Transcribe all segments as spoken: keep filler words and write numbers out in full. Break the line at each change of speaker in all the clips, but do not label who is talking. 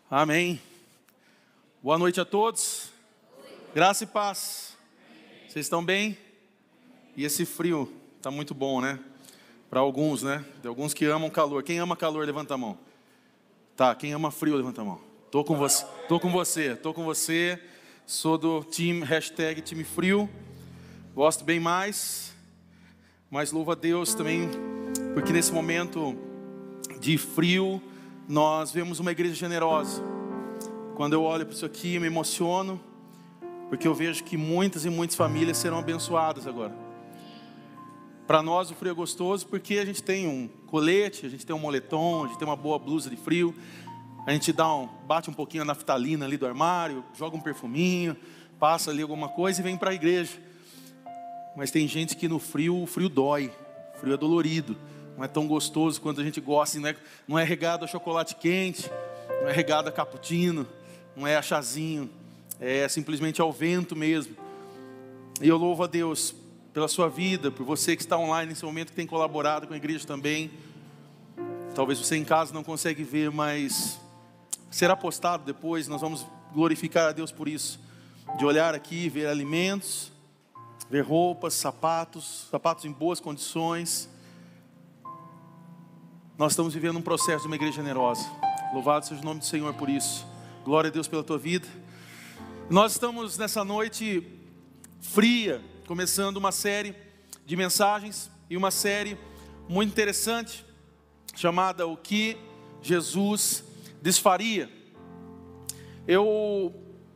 Amém. Boa noite a todos. Graça e paz. Vocês estão bem? E esse frio está muito bom, né? Para alguns, né? Tem alguns que amam calor. Quem ama calor, levanta a mão. Tá, quem ama frio, levanta a mão. Tô com você, tô com você, tô com você. Sou do time, hashtag time frio. Gosto bem mais. Mas louvo a Deus também, porque nesse momento de frio, nós vemos uma igreja generosa. Quando eu olho para isso aqui, eu me emociono, porque eu vejo que muitas e muitas famílias serão abençoadas agora. Para nós o frio é gostoso, porque a gente tem um colete, a gente tem um moletom, a gente tem uma boa blusa de frio. A gente dá um, bate um pouquinho a naftalina ali do armário, joga um perfuminho, passa ali alguma coisa e vem para a igreja. Mas tem gente que no frio, o frio dói, o frio é dolorido. Não é tão gostoso quanto a gente gosta, não é, não é regado a chocolate quente, não é regado a cappuccino, não é a chazinho, é simplesmente ao vento mesmo. E eu louvo a Deus pela sua vida, por você que está online nesse momento, que tem colaborado com a igreja também. Talvez você em casa não consegue ver, mas será postado depois, nós vamos glorificar a Deus por isso. De olhar aqui, ver alimentos, ver roupas, sapatos, sapatos em boas condições. Nós estamos vivendo um processo de uma igreja generosa. Louvado seja o nome do Senhor por isso. Glória a Deus pela tua vida. Nós estamos nessa noite fria, começando uma série de mensagens e uma série muito interessante, chamada O que Jesus desfaria. Eu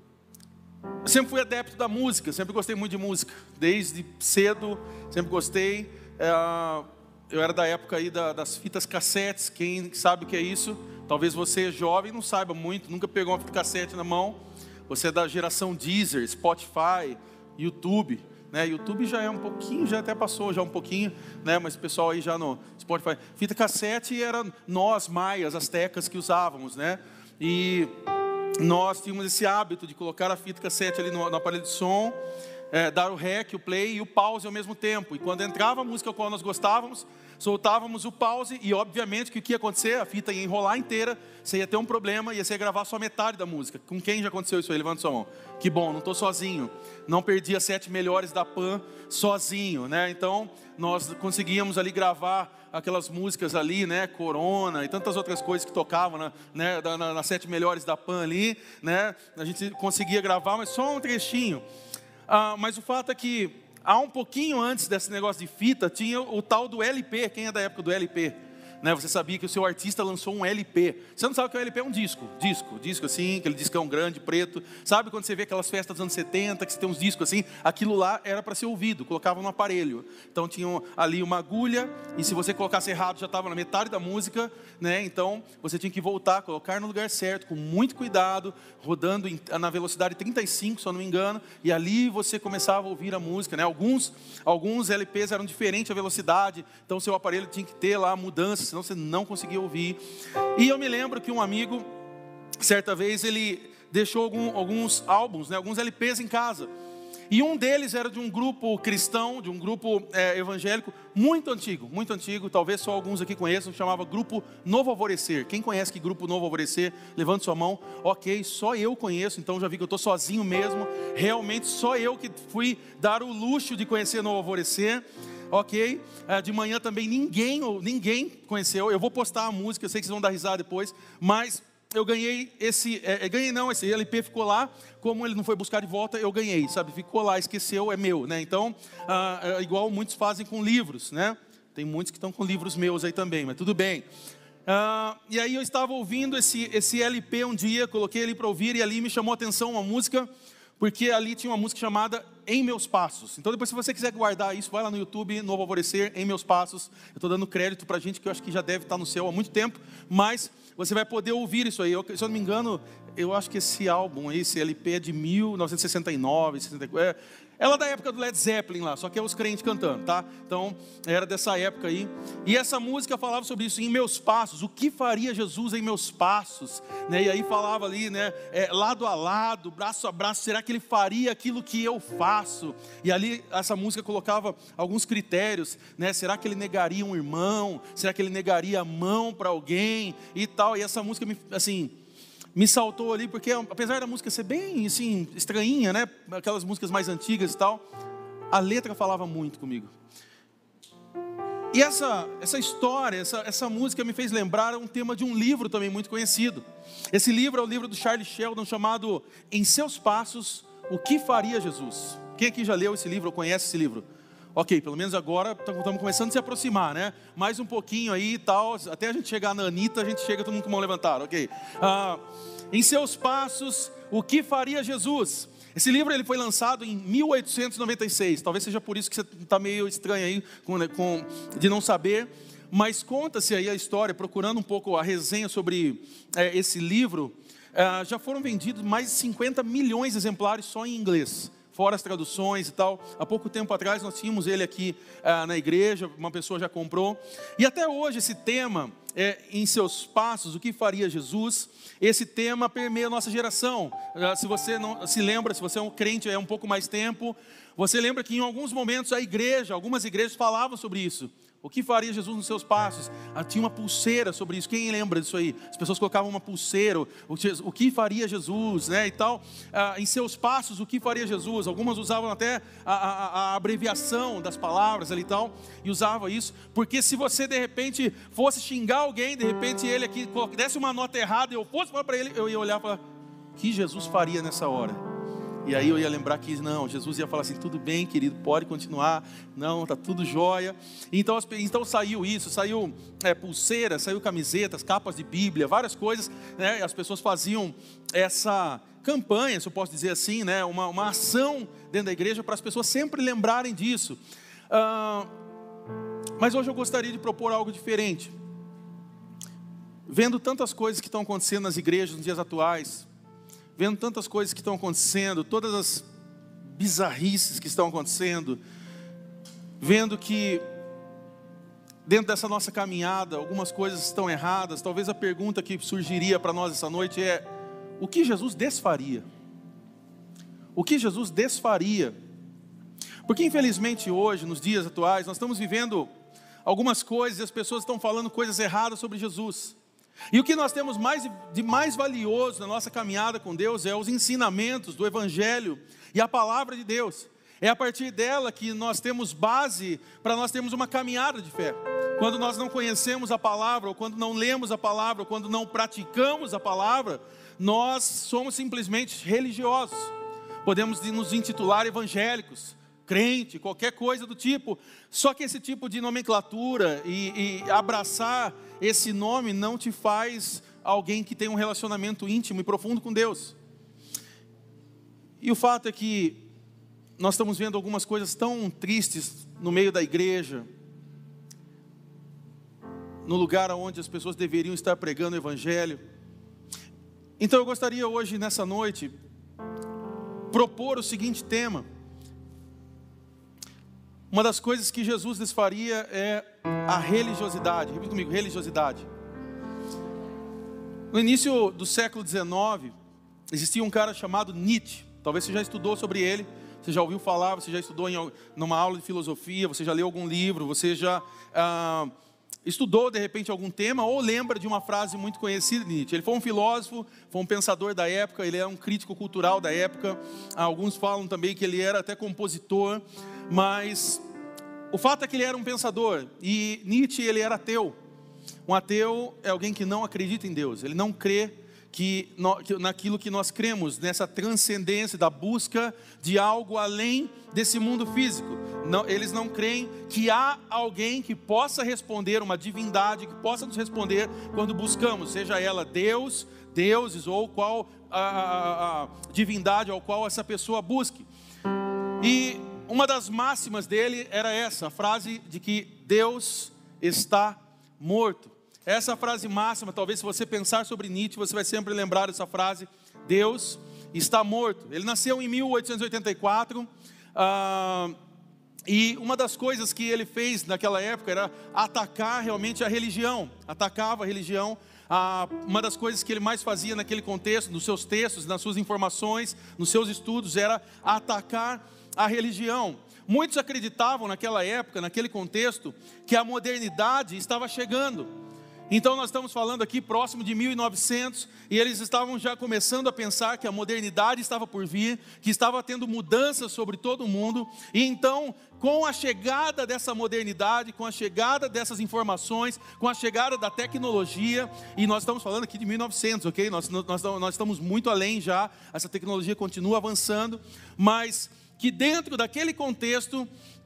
sempre fui adepto da música, sempre gostei muito de música. Desde cedo, sempre gostei. É... Eu era da época aí das fitas cassetes. Quem sabe o que é isso? Talvez você é jovem e não saiba muito, nunca pegou uma fita cassete na mão. Você é da geração Deezer, Spotify, YouTube, né? YouTube já é um pouquinho, já até passou já um pouquinho, né? Mas o pessoal aí já no Spotify. Fita cassete era nós, maias, astecas, que usávamos, né? E nós tínhamos esse hábito de colocar a fita cassete ali no, no aparelho de som, É, dar o rec, o play e o pause ao mesmo tempo. E quando entrava a música qual nós gostávamos, soltávamos o pause e obviamente que o que ia acontecer? A fita ia enrolar inteira, você ia ter um problema, ia ser gravar só metade da música. Com quem já aconteceu isso aí? Levanta sua mão. Que bom, não estou sozinho. Não perdi as sete melhores da Pan sozinho, né? Então nós conseguíamos ali gravar aquelas músicas ali, né? Corona e tantas outras coisas que tocavam na, né? na, nas sete melhores da Pan ali, né? A gente conseguia gravar, mas só um trechinho. Ah, mas o fato é que, há um pouquinho antes desse negócio de fita, tinha o tal do L P. Quem é da época do L P? Né? Você sabia que o seu artista lançou um L P. Você não sabe o que é um L P? É um disco. Disco, disco assim, aquele discão grande, preto. Sabe quando você vê aquelas festas dos anos setenta, que você tem uns discos assim? Aquilo lá era para ser ouvido, colocava no aparelho. Então tinha ali uma agulha, e se você colocasse errado, já estava na metade da música, né? Então você tinha que voltar, colocar no lugar certo, com muito cuidado, rodando em, na velocidade trinta e cinco, se eu não me engano, e ali você começava a ouvir a música, né? Alguns, alguns L Ps eram diferentes a velocidade, então seu aparelho tinha que ter lá mudanças, senão você não conseguia ouvir. E eu me lembro que um amigo, certa vez, ele deixou algum, alguns álbuns, né, alguns L Ps em casa. E um deles era de um grupo cristão, de um grupo é, evangélico muito antigo, muito antigo, talvez só alguns aqui conheçam, chamava Grupo Novo Alvorecer. Quem conhece que Grupo Novo Alvorecer? Levante sua mão. Ok, só eu conheço, então já vi que eu estou sozinho mesmo. Realmente só eu que fui dar o luxo de conhecer Novo Alvorecer. Ok, de manhã também ninguém, ninguém conheceu. Eu vou postar a música, eu sei que vocês vão dar risada depois, mas eu ganhei esse, é, ganhei não, esse L P ficou lá, como ele não foi buscar de volta, eu ganhei, sabe, ficou lá, esqueceu, é meu, né? Então, ah, é igual muitos fazem com livros, né? Tem muitos que estão com livros meus aí também, mas tudo bem. Ah, e aí eu estava ouvindo esse, esse L P um dia, coloquei ele para ouvir, e ali me chamou a atenção uma música, porque ali tinha uma música chamada Em Meus Passos. Então depois, se você quiser guardar isso, vai lá no YouTube, Novo Alvorecer, Em Meus Passos. Eu estou dando crédito para gente que eu acho que já deve estar no céu há muito tempo, mas você vai poder ouvir isso aí. Eu, se eu não me engano, eu acho que esse álbum, esse L P é de mil novecentos e sessenta e nove, sessenta e quatro, é, ela é da época do Led Zeppelin lá, só que é os crentes cantando, tá? Então, era dessa época aí. E essa música falava sobre isso, em meus passos. O que faria Jesus em meus passos? Né? E aí falava ali, né? É, lado a lado, braço a braço, será que ele faria aquilo que eu faço? E ali, essa música colocava alguns critérios, né? Será que ele negaria um irmão? Será que ele negaria a mão para alguém? E tal, e essa música, me, assim... me saltou ali, porque apesar da música ser bem, assim, estranhinha, né? Aquelas músicas mais antigas e tal, a letra falava muito comigo. E essa, essa história, essa, essa música me fez lembrar um tema de um livro também muito conhecido. Esse livro é o livro do Charles Sheldon, chamado Em Seus Passos, O Que Faria Jesus? Quem aqui já leu esse livro ou conhece esse livro? Ok, pelo menos agora estamos começando a se aproximar, né? Mais um pouquinho aí e tal, até a gente chegar na Anitta, a gente chega todo mundo com a mão levantada, ok? Ah, em seus passos, o que faria Jesus? Esse livro ele foi lançado em mil oitocentos e noventa e seis, talvez seja por isso que você está meio estranho aí, com, com, de não saber, mas conta-se aí a história, procurando um pouco a resenha sobre é, esse livro, é, já foram vendidos mais de cinquenta milhões de exemplares só em inglês, fora as traduções e tal. Há pouco tempo atrás nós tínhamos ele aqui ah, na igreja, uma pessoa já comprou. E até hoje esse tema, é, em seus passos, o que faria Jesus? Esse tema permeia a nossa geração. Ah, se você não se lembra, se você é um crente há um pouco mais tempo, você lembra que em alguns momentos a igreja, algumas igrejas falavam sobre isso. O que faria Jesus nos seus passos? Ah, tinha uma pulseira sobre isso. Quem lembra disso aí? As pessoas colocavam uma pulseira. O, o que faria Jesus, né? E tal. Ah, em seus passos, o que faria Jesus? Algumas usavam até a, a, a abreviação das palavras ali e tal. E usavam isso. Porque se você de repente fosse xingar alguém, de repente ele aqui desse uma nota errada e eu fosse falar para ele, eu ia olhar e falar: o que Jesus faria nessa hora? E aí eu ia lembrar que não, Jesus ia falar assim: tudo bem, querido, pode continuar, não, tá tudo jóia. Então, então saiu isso, saiu é, pulseira, saiu camisetas, capas de Bíblia, várias coisas, né? As pessoas faziam essa campanha, se eu posso dizer assim, né? uma, uma ação dentro da igreja para as pessoas sempre lembrarem disso. Ah, mas hoje eu gostaria de propor algo diferente. Vendo tantas coisas que estão acontecendo nas igrejas nos dias atuais, vendo tantas coisas que estão acontecendo, todas as bizarrices que estão acontecendo, vendo que dentro dessa nossa caminhada algumas coisas estão erradas, talvez a pergunta que surgiria para nós essa noite é: o que Jesus desfaria? O que Jesus desfaria? Porque infelizmente hoje, nos dias atuais, nós estamos vivendo algumas coisas e as pessoas estão falando coisas erradas sobre Jesus. E o que nós temos mais de mais valioso na nossa caminhada com Deus é os ensinamentos do Evangelho e a palavra de Deus. É a partir dela que nós temos base para nós termos uma caminhada de fé. Quando nós não conhecemos a palavra, ou quando não lemos a palavra, ou quando não praticamos a palavra, nós somos simplesmente religiosos. Podemos nos intitular evangélicos, crente, qualquer coisa do tipo. Só que esse tipo de nomenclatura e, e abraçar esse nome não te faz alguém que tem um relacionamento íntimo e profundo com Deus. E o fato é que nós estamos vendo algumas coisas tão tristes no meio da igreja, no lugar onde as pessoas deveriam estar pregando o Evangelho. Então eu gostaria hoje, nessa noite, propor o seguinte tema. Uma das coisas que Jesus desfaria é a religiosidade. Repita comigo: religiosidade. No início do século dezenove, existia um cara chamado Nietzsche. Talvez você já estudou sobre ele, você já ouviu falar, você já estudou em numa aula de filosofia, você já leu algum livro, você já ah, estudou de repente algum tema, ou lembra de uma frase muito conhecida de Nietzsche. Ele foi um filósofo, foi um pensador da época, ele era um crítico cultural da época. Alguns falam também que ele era até compositor. Mas o fato é que ele era um pensador, e Nietzsche ele era ateu. Um ateu é alguém que não acredita em Deus, ele não crê que, que naquilo que nós cremos, nessa transcendência da busca de algo além desse mundo físico. Não, eles não creem que há alguém que possa responder, uma divindade que possa nos responder quando buscamos, seja ela Deus, deuses ou qual a, a, a divindade ao qual essa pessoa busque. E uma das máximas dele era essa, a frase de que Deus está morto. Essa frase máxima, talvez se você pensar sobre Nietzsche, você vai sempre lembrar dessa frase: Deus está morto. Ele nasceu em mil oitocentos e oitenta e quatro, ah, e uma das coisas que ele fez naquela época era atacar realmente a religião, atacava a religião. Ah, uma das coisas que ele mais fazia naquele contexto, nos seus textos, nas suas informações, nos seus estudos, era atacar a religião. Muitos acreditavam naquela época, naquele contexto, que a modernidade estava chegando. Então nós estamos falando aqui próximo de mil e novecentos, e eles estavam já começando a pensar que a modernidade estava por vir, que estava tendo mudanças sobre todo o mundo. E então, com a chegada dessa modernidade, com a chegada dessas informações, com a chegada da tecnologia, e nós estamos falando aqui de mil e novecentos, ok? Nós, nós, nós estamos muito além já, essa tecnologia continua avançando, mas que dentro daquele contexto,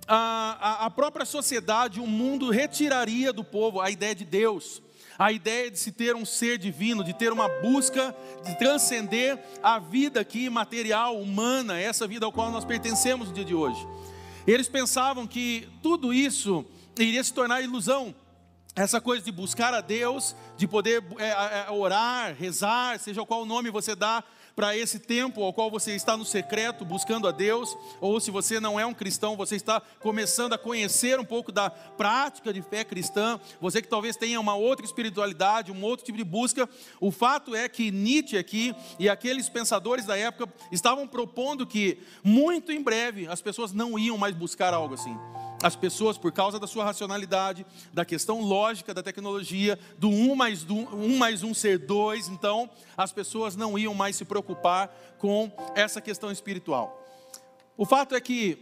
a, a, a própria sociedade, o mundo retiraria do povo a ideia de Deus. A ideia de se ter um ser divino, de ter uma busca, de transcender a vida aqui material, humana, essa vida ao qual nós pertencemos no dia de hoje. Eles pensavam que tudo isso iria se tornar ilusão. Essa coisa de buscar a Deus, de poder é, é, orar, rezar, seja qual nome você dá para esse tempo ao qual você está no secreto buscando a Deus, ou se você não é um cristão, você está começando a conhecer um pouco da prática de fé cristã, você que talvez tenha uma outra espiritualidade, um outro tipo de busca. O fato é que Nietzsche aqui e aqueles pensadores da época estavam propondo que muito em breve as pessoas não iam mais buscar algo assim. As pessoas, por causa da sua racionalidade, da questão lógica da tecnologia, do um mais um, um mais um ser dois, então as pessoas não iam mais se preocupar com essa questão espiritual. O fato é que,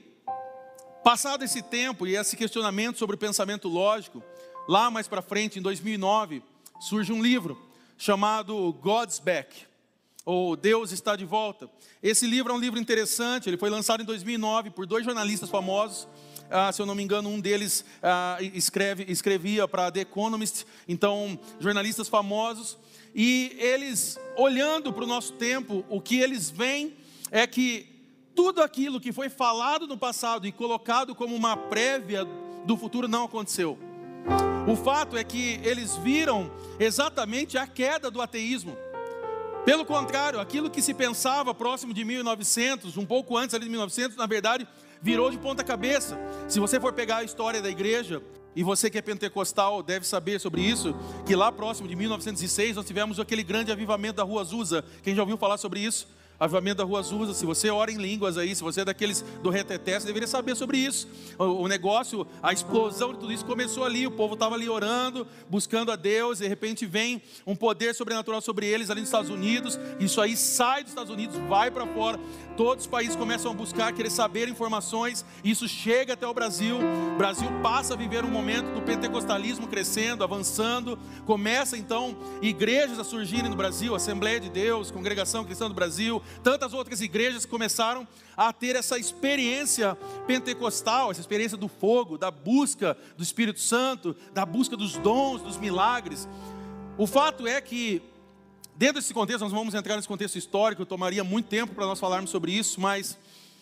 passado esse tempo e esse questionamento sobre o pensamento lógico, lá mais para frente, em dois mil e nove, surge um livro chamado God's Back, ou Deus está de volta. Esse livro é um livro interessante, ele foi lançado em dois mil e nove por dois jornalistas famosos. Ah, se eu não me engano, um deles ah, escreve, escrevia para The Economist, então jornalistas famosos, e eles, olhando para o nosso tempo, o que eles veem é que tudo aquilo que foi falado no passado e colocado como uma prévia do futuro não aconteceu. O fato é que eles viram exatamente a queda do ateísmo. Pelo contrário, aquilo que se pensava próximo de mil e novecentos, um pouco antes ali de mil e novecentos, na verdade, virou de ponta cabeça. Se você for pegar a história da igreja, e você que é pentecostal deve saber sobre isso, que lá próximo de mil novecentos e seis nós tivemos aquele grande avivamento da Rua Azusa. Quem já ouviu falar sobre isso? Avivamento da Rua Azusa. Se você ora em línguas aí, se você é daqueles do reteté, você deveria saber sobre isso. O, o negócio, a explosão de tudo isso começou ali. O povo estava ali orando, buscando a Deus. De repente vem um poder sobrenatural sobre eles ali nos Estados Unidos. Isso aí sai dos Estados Unidos, vai para fora. Todos os países começam a buscar, querer saber informações. Isso chega até o Brasil. O Brasil passa a viver um momento do pentecostalismo crescendo, avançando. Começa então igrejas a surgirem no Brasil, Assembleia de Deus, Congregação Cristã do Brasil, tantas outras igrejas começaram a ter essa experiência pentecostal, essa experiência do fogo, da busca do Espírito Santo, da busca dos dons, dos milagres. O fato é que, dentro desse contexto, nós vamos entrar nesse contexto histórico, tomaria muito tempo para nós falarmos sobre isso, mas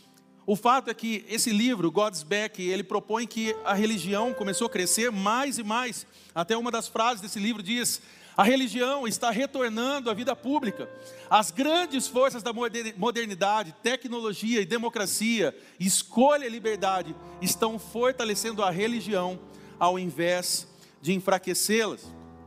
o fato é que esse livro, God's Back, ele propõe que a religião começou a crescer mais e mais. Até uma das frases desse livro diz: a religião está retornando à vida pública. As grandes forças da modernidade, tecnologia e democracia, escolha e liberdade, estão fortalecendo a religião ao invés de enfraquecê-las.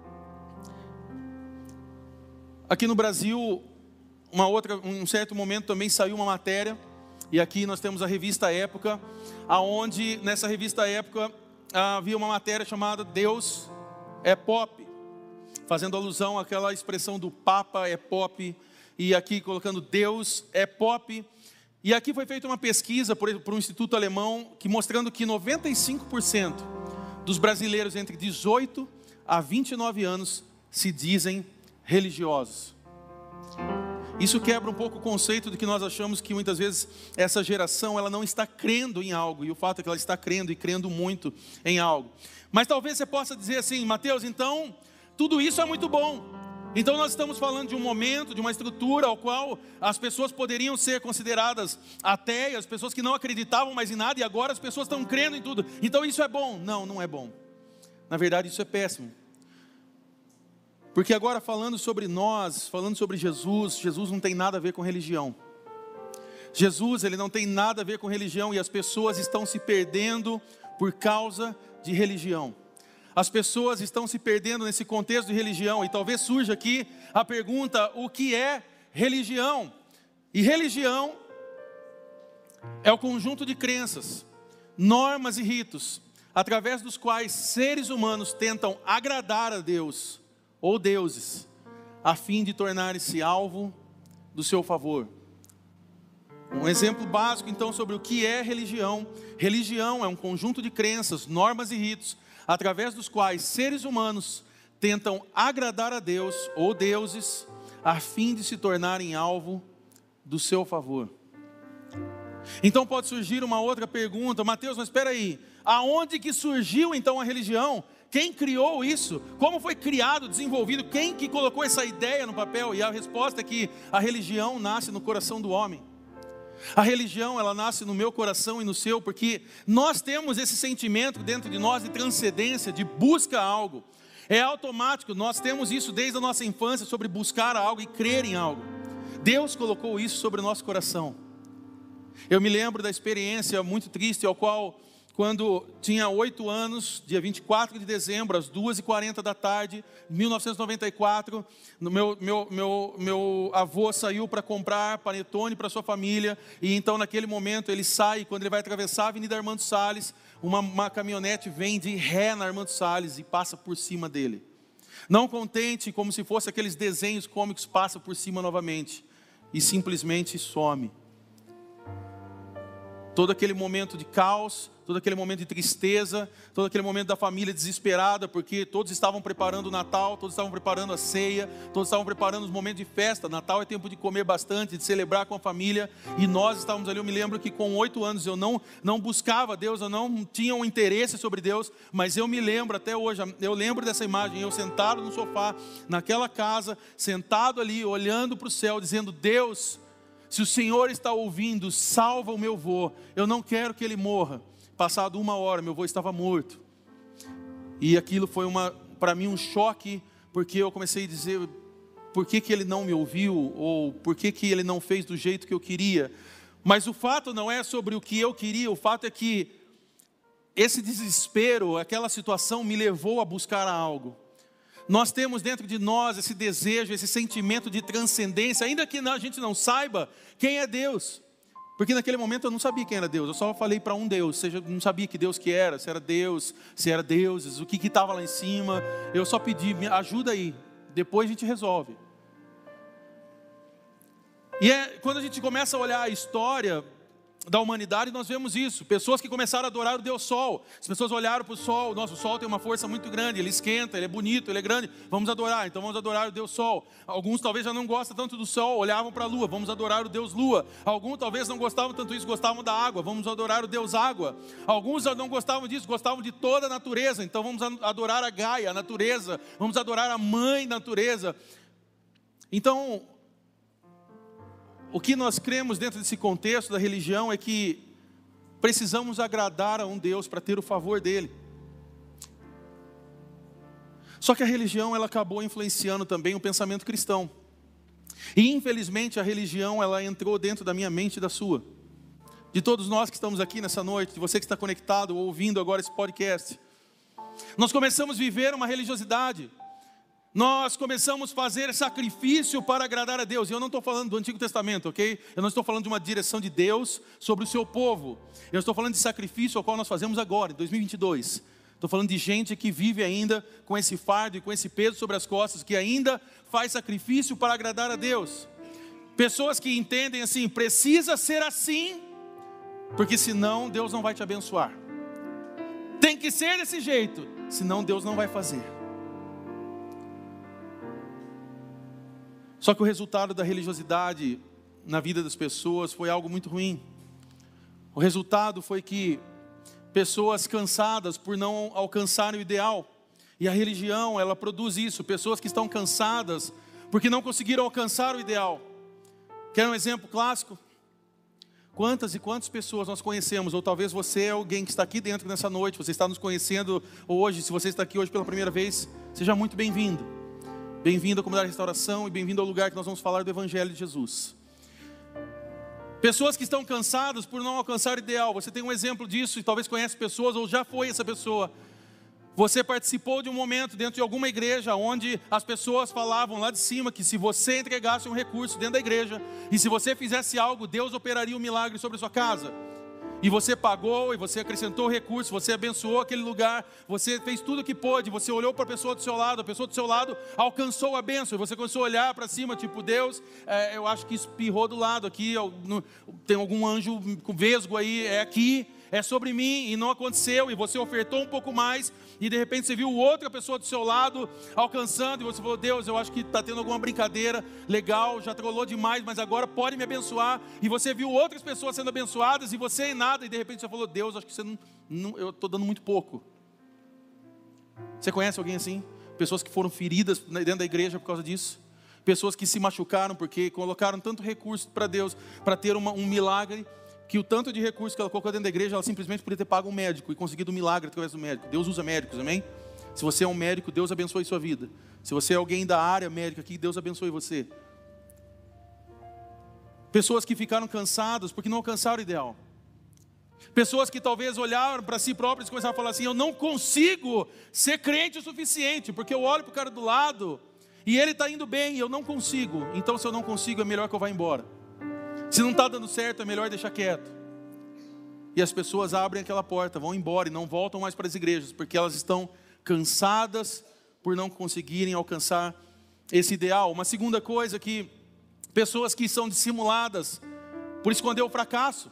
Aqui no Brasil, uma outra, um certo momento também saiu uma matéria, e aqui nós temos a revista Época, aonde nessa revista Época havia uma matéria chamada Deus é Pop, fazendo alusão àquela expressão do Papa é pop, e aqui colocando Deus é pop. E aqui foi feita uma pesquisa por, por um instituto alemão, que mostrando que noventa e cinco por cento dos brasileiros entre dezoito a vinte e nove anos se dizem religiosos. Isso quebra um pouco o conceito de que nós achamos que muitas vezes essa geração ela não está crendo em algo, e o fato é que ela está crendo e crendo muito em algo. Mas talvez você possa dizer assim: Mateus, então tudo isso é muito bom. Então nós estamos falando de um momento, de uma estrutura ao qual as pessoas poderiam ser consideradas ateias, pessoas que não acreditavam mais em nada, e agora as pessoas estão crendo em tudo. Então isso é bom? Não, não é bom. Na verdade isso é péssimo. Porque agora, falando sobre nós, falando sobre Jesus, Jesus não tem nada a ver com religião. Jesus, ele não tem nada a ver com religião, e as pessoas estão se perdendo por causa de religião. As pessoas estão se perdendo nesse contexto de religião, e talvez surja aqui a pergunta: o que é religião? E religião é o conjunto de crenças, normas e ritos, através dos quais seres humanos tentam agradar a Deus ou deuses, a fim de tornarem-se alvo do seu favor. Um exemplo básico então sobre o que é religião. Religião é um conjunto de crenças, normas e ritos, através dos quais seres humanos tentam agradar a Deus ou deuses, a fim de se tornarem alvo do seu favor. Então pode surgir uma outra pergunta: Mateus, mas espera aí, aonde que surgiu então a religião? Quem criou isso? Como foi criado, desenvolvido? Quem que colocou essa ideia no papel? E a resposta é que a religião nasce no coração do homem. A religião, ela nasce no meu coração e no seu, porque nós temos esse sentimento dentro de nós de transcendência, de busca a algo. É automático, nós temos isso desde a nossa infância, sobre buscar algo e crer em algo. Deus colocou isso sobre o nosso coração. Eu me lembro da experiência muito triste, ao qual, quando tinha oito anos, dia vinte e quatro de dezembro, às duas e quarenta da tarde, mil novecentos e noventa e quatro, meu, meu, meu, meu avô saiu para comprar panetone para sua família, e então naquele momento ele sai, quando ele vai atravessar a Avenida Armando Salles, uma, uma caminhonete vem de ré na Armando Salles e passa por cima dele. Não contente, como se fosse aqueles desenhos cômicos, passa por cima novamente, e simplesmente some. Todo aquele momento de caos, todo aquele momento de tristeza, todo aquele momento da família desesperada, porque todos estavam preparando o Natal, todos estavam preparando a ceia, todos estavam preparando os momentos de festa. Natal é tempo de comer bastante, de celebrar com a família, e nós estávamos ali. Eu me lembro que com oito anos eu não, não buscava Deus, eu não tinha um interesse sobre Deus, mas eu me lembro até hoje, eu lembro dessa imagem, eu sentado no sofá, naquela casa, sentado ali, olhando para o céu, dizendo: Deus, se o Senhor está ouvindo, salva o meu vô, eu não quero que ele morra. Passado uma hora, meu vô estava morto. E aquilo foi para mim um choque, porque eu comecei a dizer: por que que ele não me ouviu? Ou por que que ele não fez do jeito que eu queria? Mas o fato não é sobre o que eu queria, o fato é que esse desespero, aquela situação me levou a buscar algo. Nós temos dentro de nós esse desejo, esse sentimento de transcendência, ainda que a gente não saiba quem é Deus. Porque naquele momento eu não sabia quem era Deus, eu só falei para um Deus, ou seja, eu não sabia que Deus que era, se era Deus, se era deuses, o que que estava lá em cima. Eu só pedi: me ajuda aí, depois a gente resolve. E é quando a gente começa a olhar a história da humanidade, nós vemos isso. Pessoas que começaram a adorar o Deus Sol. As pessoas olharam para o Sol: nosso Sol tem uma força muito grande, ele esquenta, ele é bonito, ele é grande, vamos adorar, então vamos adorar o Deus Sol. Alguns talvez já não gostam tanto do Sol, olhavam para a Lua: vamos adorar o Deus Lua. Alguns talvez não gostavam tanto disso, gostavam da água, vamos adorar o Deus Água. Alguns já não gostavam disso, gostavam de toda a natureza, então vamos adorar a Gaia, a natureza, vamos adorar a mãe natureza. Então, o que nós cremos dentro desse contexto da religião é que precisamos agradar a um Deus para ter o favor dele. Só que a religião, ela acabou influenciando também o pensamento cristão. E infelizmente a religião, ela entrou dentro da minha mente e da sua. De todos nós que estamos aqui nessa noite, de você que está conectado ou ouvindo agora esse podcast. Nós começamos a viver uma religiosidade. Nós começamos a fazer sacrifício para agradar a Deus. E eu não estou falando do Antigo Testamento, ok? Eu não estou falando de uma direção de Deus sobre o seu povo. Eu estou falando de sacrifício ao qual nós fazemos agora, em dois mil e vinte e dois. Estou falando de gente que vive ainda com esse fardo e com esse peso sobre as costas, que ainda faz sacrifício para agradar a Deus. Pessoas que entendem assim: precisa ser assim, porque senão Deus não vai te abençoar. Tem que ser desse jeito, senão Deus não vai fazer. Só que o resultado da religiosidade na vida das pessoas foi algo muito ruim. O resultado foi que pessoas cansadas por não alcançarem o ideal. E a religião, ela produz isso. Pessoas que estão cansadas porque não conseguiram alcançar o ideal. Quer um exemplo clássico? Quantas e quantas pessoas nós conhecemos? Ou talvez você é alguém que está aqui dentro nessa noite. Você está nos conhecendo hoje. Se você está aqui hoje pela primeira vez, seja muito bem-vindo. Bem-vindo à Comunidade Restauração e bem-vindo ao lugar que nós vamos falar do Evangelho de Jesus. Pessoas que estão cansadas por não alcançar o ideal. Você tem um exemplo disso e talvez conhece pessoas ou já foi essa pessoa. Você participou de um momento dentro de alguma igreja onde as pessoas falavam lá de cima que se você entregasse um recurso dentro da igreja e se você fizesse algo, Deus operaria um milagre sobre a sua casa. E você pagou, e você acrescentou recursos, você abençoou aquele lugar, você fez tudo o que pôde, você olhou para a pessoa do seu lado, a pessoa do seu lado alcançou a bênção, e você começou a olhar para cima, tipo, Deus, é, eu acho que espirrou do lado aqui, no, tem algum anjo com vesgo aí, é aqui, é sobre mim, e não aconteceu, e você ofertou um pouco mais, e de repente você viu outra pessoa do seu lado alcançando, e você falou, Deus, eu acho que está tendo alguma brincadeira legal, já trollou demais, mas agora pode me abençoar, e você viu outras pessoas sendo abençoadas, e você em nada, e de repente você falou, Deus, acho que você não, não eu estou dando muito pouco. Você conhece alguém assim? Pessoas que foram feridas dentro da igreja por causa disso? Pessoas que se machucaram porque colocaram tanto recurso para Deus, para ter uma, um milagre, que o tanto de recursos que ela colocou dentro da igreja, ela simplesmente podia ter pago um médico e conseguido um milagre através do médico. Deus usa médicos, amém? Se você é um médico, Deus abençoe sua vida. Se você é alguém da área médica aqui, Deus abençoe você. Pessoas que ficaram cansadas porque não alcançaram o ideal. Pessoas que talvez olharam para si próprias e começaram a falar assim, eu não consigo ser crente o suficiente, porque eu olho para o cara do lado e ele está indo bem e eu não consigo. Então se eu não consigo, é melhor que eu vá embora. Se não está dando certo, é melhor deixar quieto. E as pessoas abrem aquela porta, vão embora e não voltam mais para as igrejas, porque elas estão cansadas por não conseguirem alcançar esse ideal. Uma segunda coisa que pessoas que são dissimuladas por esconder o fracasso.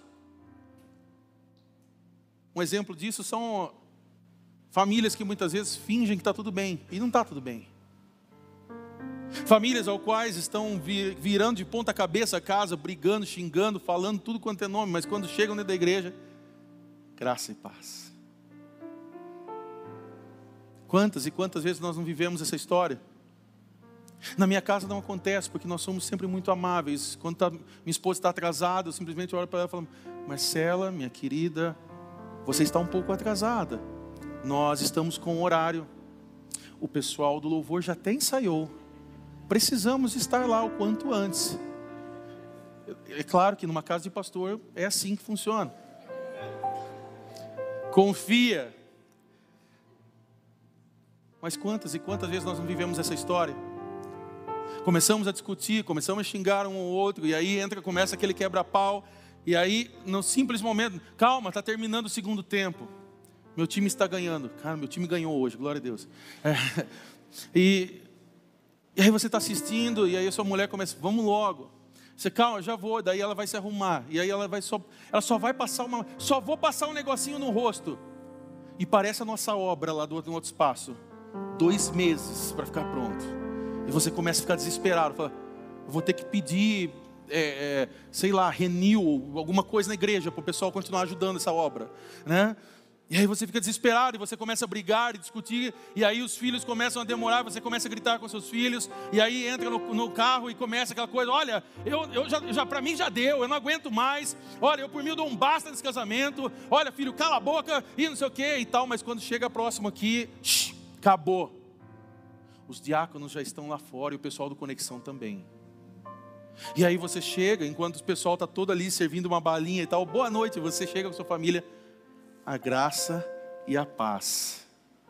Um exemplo disso são famílias que muitas vezes fingem que está tudo bem e não está tudo bem. Famílias ao quais estão virando de ponta cabeça a casa, brigando, xingando, falando tudo quanto é nome, mas quando chegam dentro da igreja, graça e paz. Quantas e quantas vezes nós não vivemos essa história? Na minha casa não acontece, porque nós somos sempre muito amáveis. Quando tá, minha esposa está atrasada, eu simplesmente olho para ela e falo, Marcela, minha querida, você está um pouco atrasada. Nós estamos com o horário. O pessoal do louvor já até ensaiou. Precisamos estar lá o quanto antes. É claro que numa casa de pastor é assim que funciona. Confia. Mas quantas e quantas vezes nós não vivemos essa história? Começamos a discutir, começamos a xingar um ao outro, e aí entra, começa aquele quebra-pau, e aí no simples momento, calma, está terminando o segundo tempo. Meu time está ganhando. Cara, meu time ganhou hoje, glória a Deus. É, e... E aí você está assistindo, e aí a sua mulher começa, vamos logo. Você, calma, já vou, daí ela vai se arrumar. E aí ela vai só, ela só vai passar uma, só vou passar um negocinho no rosto. E parece a nossa obra lá do outro, no outro espaço. Dois meses para ficar pronto. E você começa a ficar desesperado. Fala, vou ter que pedir, é, é, sei lá, renew, alguma coisa na igreja, para o pessoal continuar ajudando essa obra, né? E aí você fica desesperado, e você começa a brigar e discutir, e aí os filhos começam a demorar, você começa a gritar com seus filhos, e aí entra no, no carro e começa aquela coisa, olha, eu, eu já, já, para mim já deu, eu não aguento mais, olha, eu por mim eu dou um basta nesse casamento, olha filho, cala a boca, e não sei o que e tal, mas quando chega próximo aqui, shh, acabou. Os diáconos já estão lá fora, e o pessoal do Conexão também. E aí você chega, enquanto o pessoal está todo ali servindo uma balinha e tal, boa noite, você chega com sua família, a graça e a paz.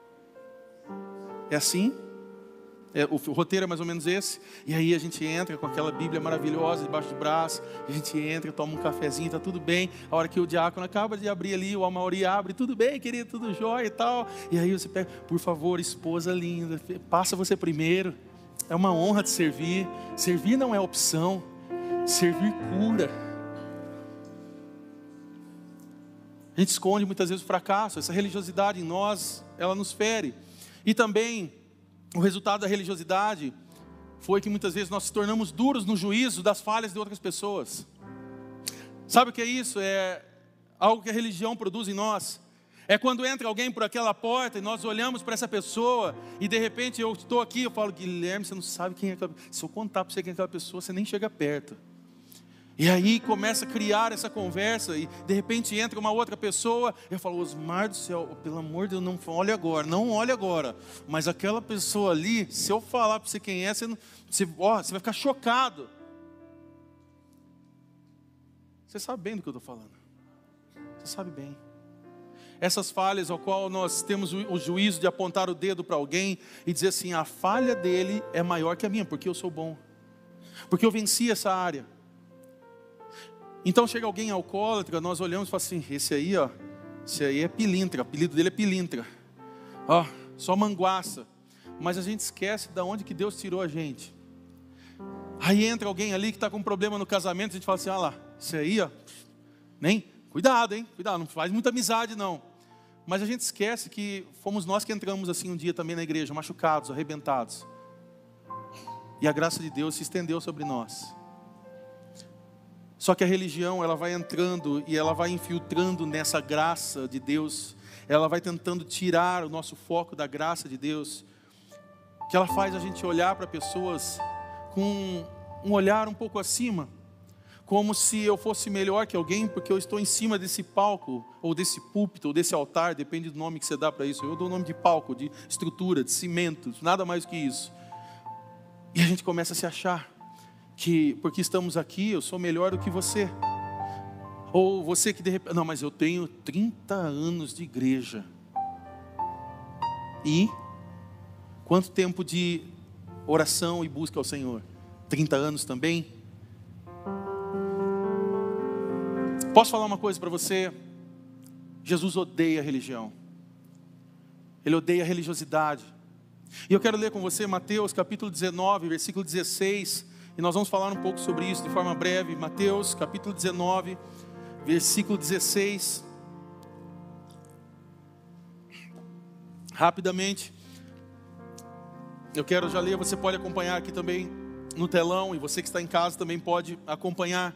É assim? É, o roteiro é mais ou menos esse. E aí a gente entra com aquela Bíblia maravilhosa debaixo do braço. A gente entra, toma um cafezinho, está tudo bem. A hora que o diácono acaba de abrir ali, o Amauri abre, tudo bem, querido, tudo jóia e tal. E aí você pega, por favor, esposa linda, passa você primeiro. É uma honra te servir. Servir não é opção, servir cura. A gente esconde muitas vezes o fracasso, essa religiosidade em nós, ela nos fere. E também, o resultado da religiosidade foi que muitas vezes nós se tornamos duros no juízo das falhas de outras pessoas. Sabe o que é isso? É algo que a religião produz em nós. É quando entra alguém por aquela porta e nós olhamos para essa pessoa e de repente eu estou aqui, eu falo, Guilherme, você não sabe quem é aquela pessoa. Se eu contar para você quem é aquela pessoa, você nem chega perto. E aí começa a criar essa conversa e de repente entra uma outra pessoa. Eu falo, Osmar do céu, pelo amor de Deus, não olhe agora, não olhe agora. Mas aquela pessoa ali, se eu falar para você quem é, você, não, você, ó, você vai ficar chocado. Você sabe bem do que eu estou falando. Você sabe bem. Essas falhas ao qual nós temos o juízo de apontar o dedo para alguém e dizer assim, a falha dele é maior que a minha, porque eu sou bom. Porque eu venci essa área. Então chega alguém alcoólatra, nós olhamos e falamos assim, esse aí, ó, esse aí é pilintra, o apelido dele é pilintra. Ó, só manguaça. Mas a gente esquece de onde que Deus tirou a gente. Aí entra alguém ali que está com um problema no casamento, a gente fala assim, ah lá, esse aí, ó, nem, cuidado, hein, cuidado, não faz muita amizade não. Mas a gente esquece que fomos nós que entramos assim um dia também na igreja, machucados, arrebentados. E a graça de Deus se estendeu sobre nós. Só que a religião, ela vai entrando e ela vai infiltrando nessa graça de Deus. Ela vai tentando tirar o nosso foco da graça de Deus. Que ela faz a gente olhar para pessoas com um olhar um pouco acima. Como se eu fosse melhor que alguém porque eu estou em cima desse palco, ou desse púlpito, ou desse altar, depende do nome que você dá para isso. Eu dou o nome de palco, de estrutura, de cimento, nada mais do que isso. E a gente começa a se achar que porque estamos aqui eu sou melhor do que você. Ou você que de repente, não, mas eu tenho trinta anos de igreja. E quanto tempo de oração e busca ao Senhor? trinta anos também? Posso falar uma coisa para você? Jesus odeia a religião. Ele odeia a religiosidade. E eu quero ler com você Mateus capítulo dezenove, versículo dezesseis. E nós vamos falar um pouco sobre isso de forma breve. Mateus capítulo dezenove, versículo dezesseis. Rapidamente. Eu quero já ler, você pode acompanhar aqui também no telão. E você que está em casa também pode acompanhar.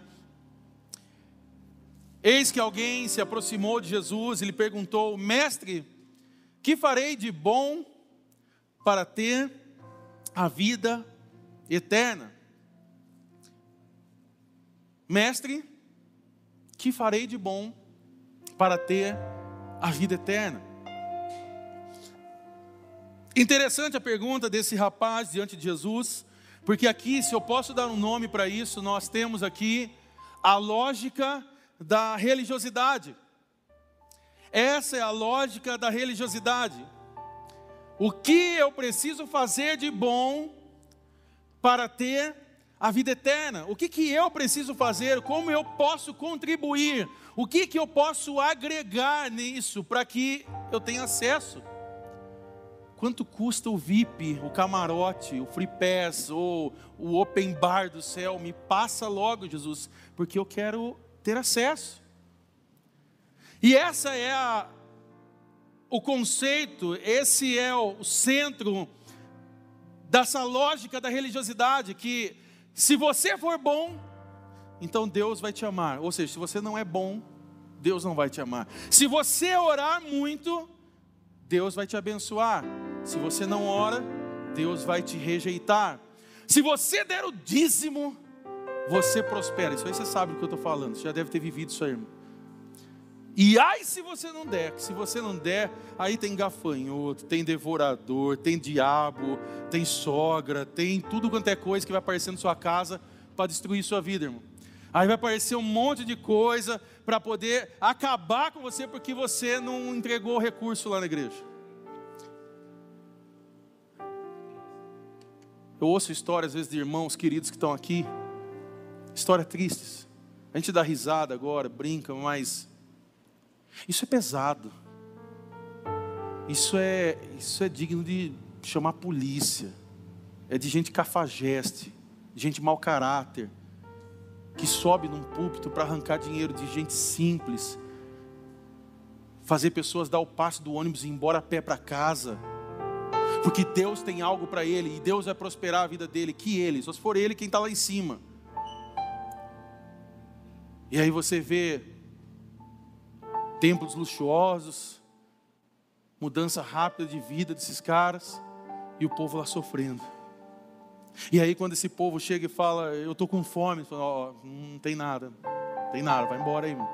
Eis que alguém se aproximou de Jesus e lhe perguntou: Mestre, que farei de bom para ter a vida eterna? Mestre, que farei de bom para ter a vida eterna? Interessante a pergunta desse rapaz diante de Jesus, porque aqui, se eu posso dar um nome para isso, nós temos aqui a lógica da religiosidade. Essa é a lógica da religiosidade. O que eu preciso fazer de bom para ter a vida eterna? O que que eu preciso fazer? Como eu posso contribuir? O que que eu posso agregar nisso para que eu tenha acesso? Quanto custa o V I P, o camarote, o Free Pass ou o Open Bar do céu? Me passa logo, Jesus, porque eu quero ter acesso. E essa é a, o conceito, esse é o centro dessa lógica da religiosidade, que se você for bom, então Deus vai te amar. Ou seja, se você não é bom, Deus não vai te amar. Se você orar muito, Deus vai te abençoar. Se você não ora, Deus vai te rejeitar. Se você der o dízimo, você prospera. Isso aí você sabe do que eu estou falando. Você já deve ter vivido isso aí, irmão. E ai se você não der. Se você não der, aí tem gafanhoto, tem devorador, tem diabo, tem sogra, tem tudo quanto é coisa que vai aparecer na sua casa para destruir sua vida, irmão. Aí vai aparecer um monte de coisa para poder acabar com você porque você não entregou o recurso lá na igreja. Eu ouço histórias às vezes de irmãos queridos que estão aqui, histórias tristes. A gente dá risada agora, brinca, mas isso é pesado. Isso é, isso é digno de chamar a polícia. É de gente cafajeste, gente mau caráter, que sobe num púlpito para arrancar dinheiro de gente simples, fazer pessoas dar o passo do ônibus e ir embora a pé para casa, porque Deus tem algo para ele, e Deus vai prosperar a vida dele, que ele, só se for ele quem está lá em cima. E aí você vê templos luxuosos, mudança rápida de vida desses caras, e o povo lá sofrendo. E aí quando esse povo chega e fala: eu estou com fome, fala, oh, não tem nada, não tem nada, vai embora aí, irmão.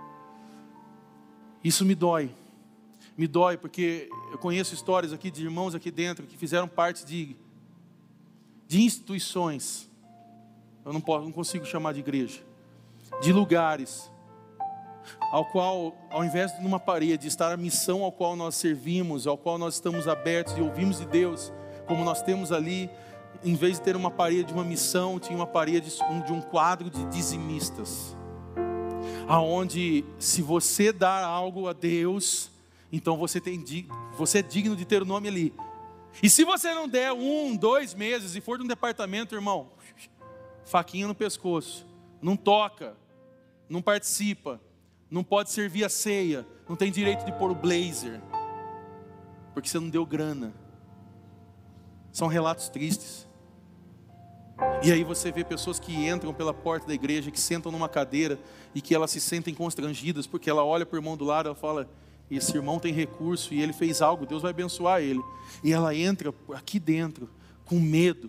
Isso me dói. Me dói porque eu conheço histórias aqui de irmãos aqui dentro que fizeram parte de, de instituições. Eu não, posso, não consigo chamar de igreja. De lugares ao qual, ao invés de numa parede estar a missão ao qual nós servimos, ao qual nós estamos abertos e ouvimos de Deus, como nós temos ali, em vez de ter uma parede de uma missão, tinha uma parede de um quadro de dizimistas. aonde se você dar algo a Deus, então você, tem, você é digno de ter o nome ali. E se você não der um, dois meses e for de um departamento, irmão, faquinha no pescoço, não toca, não participa, não pode servir a ceia, não tem direito de pôr o blazer, porque você não deu grana. São relatos tristes. E aí você vê pessoas que entram pela porta da igreja, que sentam numa cadeira e que elas se sentem constrangidas, porque ela olha para o irmão do lado e ela fala: esse irmão tem recurso e ele fez algo, Deus vai abençoar ele. E ela entra aqui dentro com medo,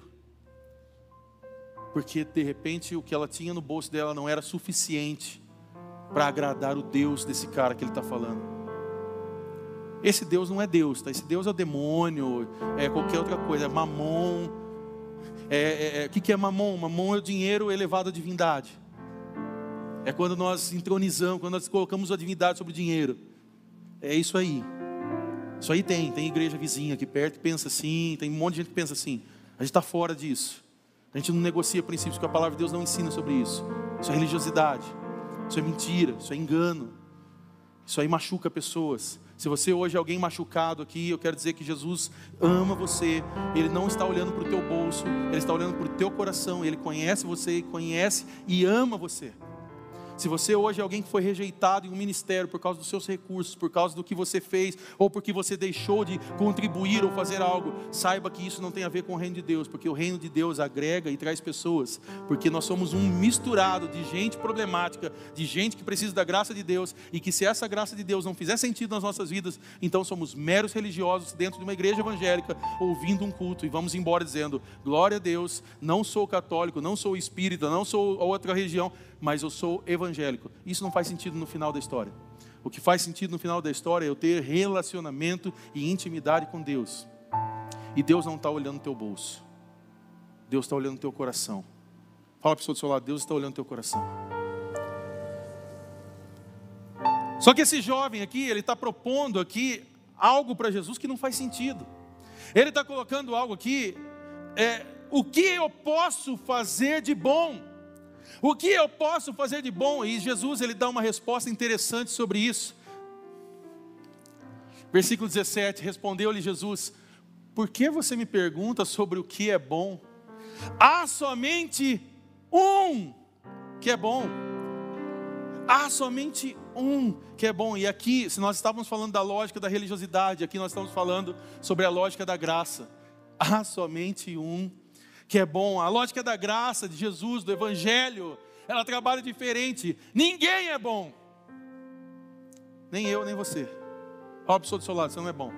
porque de repente o que ela tinha no bolso dela não era suficiente para agradar o Deus desse cara que ele está falando. Esse Deus não é Deus, tá? Esse Deus é o demônio, é qualquer outra coisa, é mamon. É, é, é, o que, que é mamon? Mamon é o dinheiro elevado à divindade. É quando nós entronizamos, quando nós colocamos a divindade sobre o dinheiro. É isso aí. Isso aí tem, tem igreja vizinha aqui perto que pensa assim, tem um monte de gente que pensa assim. A gente está fora disso. A gente não negocia princípios, porque a palavra de Deus não ensina sobre isso. Isso é religiosidade, isso é mentira, isso é engano. Isso aí machuca pessoas. Se você hoje é alguém machucado aqui, eu quero dizer que Jesus ama você. Ele não está olhando para o teu bolso, Ele está olhando para o teu coração. Ele conhece você, conhece e ama você. Se você hoje é alguém que foi rejeitado em um ministério por causa dos seus recursos, por causa do que você fez, ou porque você deixou de contribuir ou fazer algo, saiba que isso não tem a ver com o reino de Deus, porque o reino de Deus agrega e traz pessoas, porque nós somos um misturado de gente problemática, de gente que precisa da graça de Deus, e que se essa graça de Deus não fizer sentido nas nossas vidas, então somos meros religiosos dentro de uma igreja evangélica, ouvindo um culto, e vamos embora dizendo: glória a Deus, não sou católico, não sou espírita, não sou outra religião, mas eu sou evangélico. Isso não faz sentido no final da história. O que faz sentido no final da história é eu ter relacionamento e intimidade com Deus. E Deus não está olhando o teu bolso. Deus está olhando o teu coração. Fala para a pessoa do seu lado: Deus está olhando o teu coração. Só que esse jovem aqui, ele está propondo aqui algo para Jesus que não faz sentido. Ele está colocando algo aqui, é, o que eu posso fazer de bom? O que eu posso fazer de bom? E Jesus, ele dá uma resposta interessante sobre isso. Versículo dezessete, respondeu-lhe Jesus: por que você me pergunta sobre o que é bom? Há somente um que é bom. Há somente um que é bom. E aqui, se nós estávamos falando da lógica da religiosidade, aqui nós estamos falando sobre a lógica da graça. Há somente um que é bom. A lógica da graça de Jesus, do Evangelho, ela trabalha diferente. Ninguém é bom, nem eu, nem você. Olha a pessoa do seu lado: você não é bom.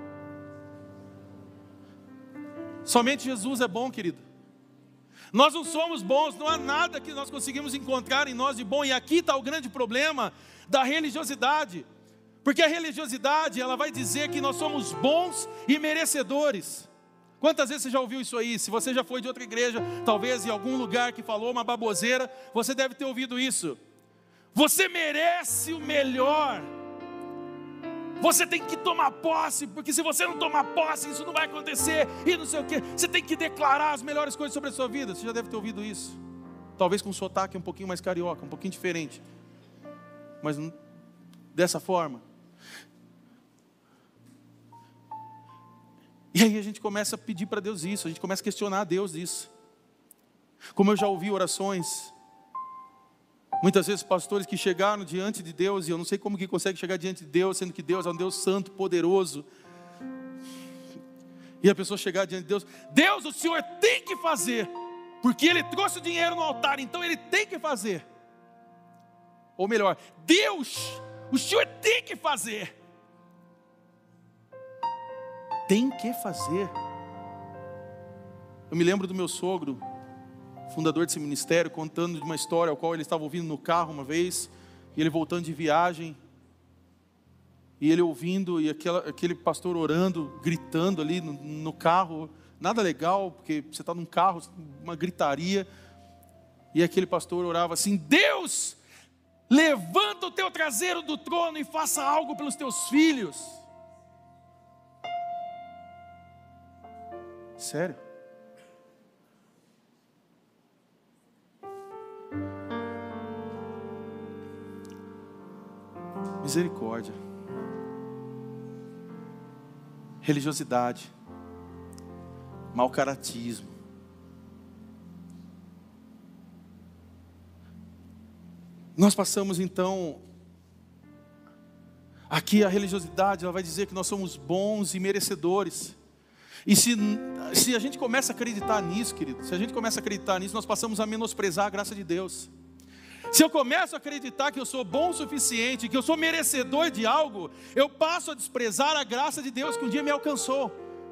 Somente Jesus é bom, querido. Nós não somos bons, não há nada que nós conseguimos encontrar em nós de bom. E aqui está o grande problema da religiosidade, porque a religiosidade, ela vai dizer que nós somos bons e merecedores. Quantas vezes você já ouviu isso aí? Se você já foi de outra igreja, talvez em algum lugar que falou uma baboseira, você deve ter ouvido isso. Você merece o melhor. Você tem que tomar posse, porque se você não tomar posse, isso não vai acontecer, e não sei o quê. Você tem que declarar as melhores coisas sobre a sua vida. Você já deve ter ouvido isso. Talvez com um sotaque um pouquinho mais carioca, um pouquinho diferente. Mas dessa forma. E aí a gente começa a pedir para Deus isso, a gente começa a questionar a Deus isso. Como eu já ouvi orações, muitas vezes pastores que chegaram diante de Deus, e eu não sei como que consegue chegar diante de Deus, sendo que Deus é um Deus santo, poderoso. E a pessoa chegar diante de Deus: Deus, o Senhor tem que fazer, porque Ele trouxe o dinheiro no altar, então Ele tem que fazer. Ou melhor, Deus, o Senhor tem que fazer. Tem que fazer. Eu me lembro do meu sogro, fundador desse ministério, contando de uma história ao qual ele estava ouvindo no carro uma vez, e ele voltando de viagem, e ele ouvindo, e aquela, aquele pastor orando, gritando ali no, no carro, nada legal, porque você está num carro, uma gritaria, e aquele pastor orava assim: Deus, levanta o teu traseiro do trono e faça algo pelos teus filhos. Sério? Misericórdia. Religiosidade. Mau caratismo. Nós passamos então, aqui a religiosidade, ela vai dizer que nós somos bons e merecedores. E se, se a gente começa a acreditar nisso, querido, se a gente começa a acreditar nisso, nós passamos a menosprezar a graça de Deus. Se eu começo a acreditar que eu sou bom o suficiente, que eu sou merecedor de algo, eu passo a desprezar a graça de Deus que um dia me alcançou.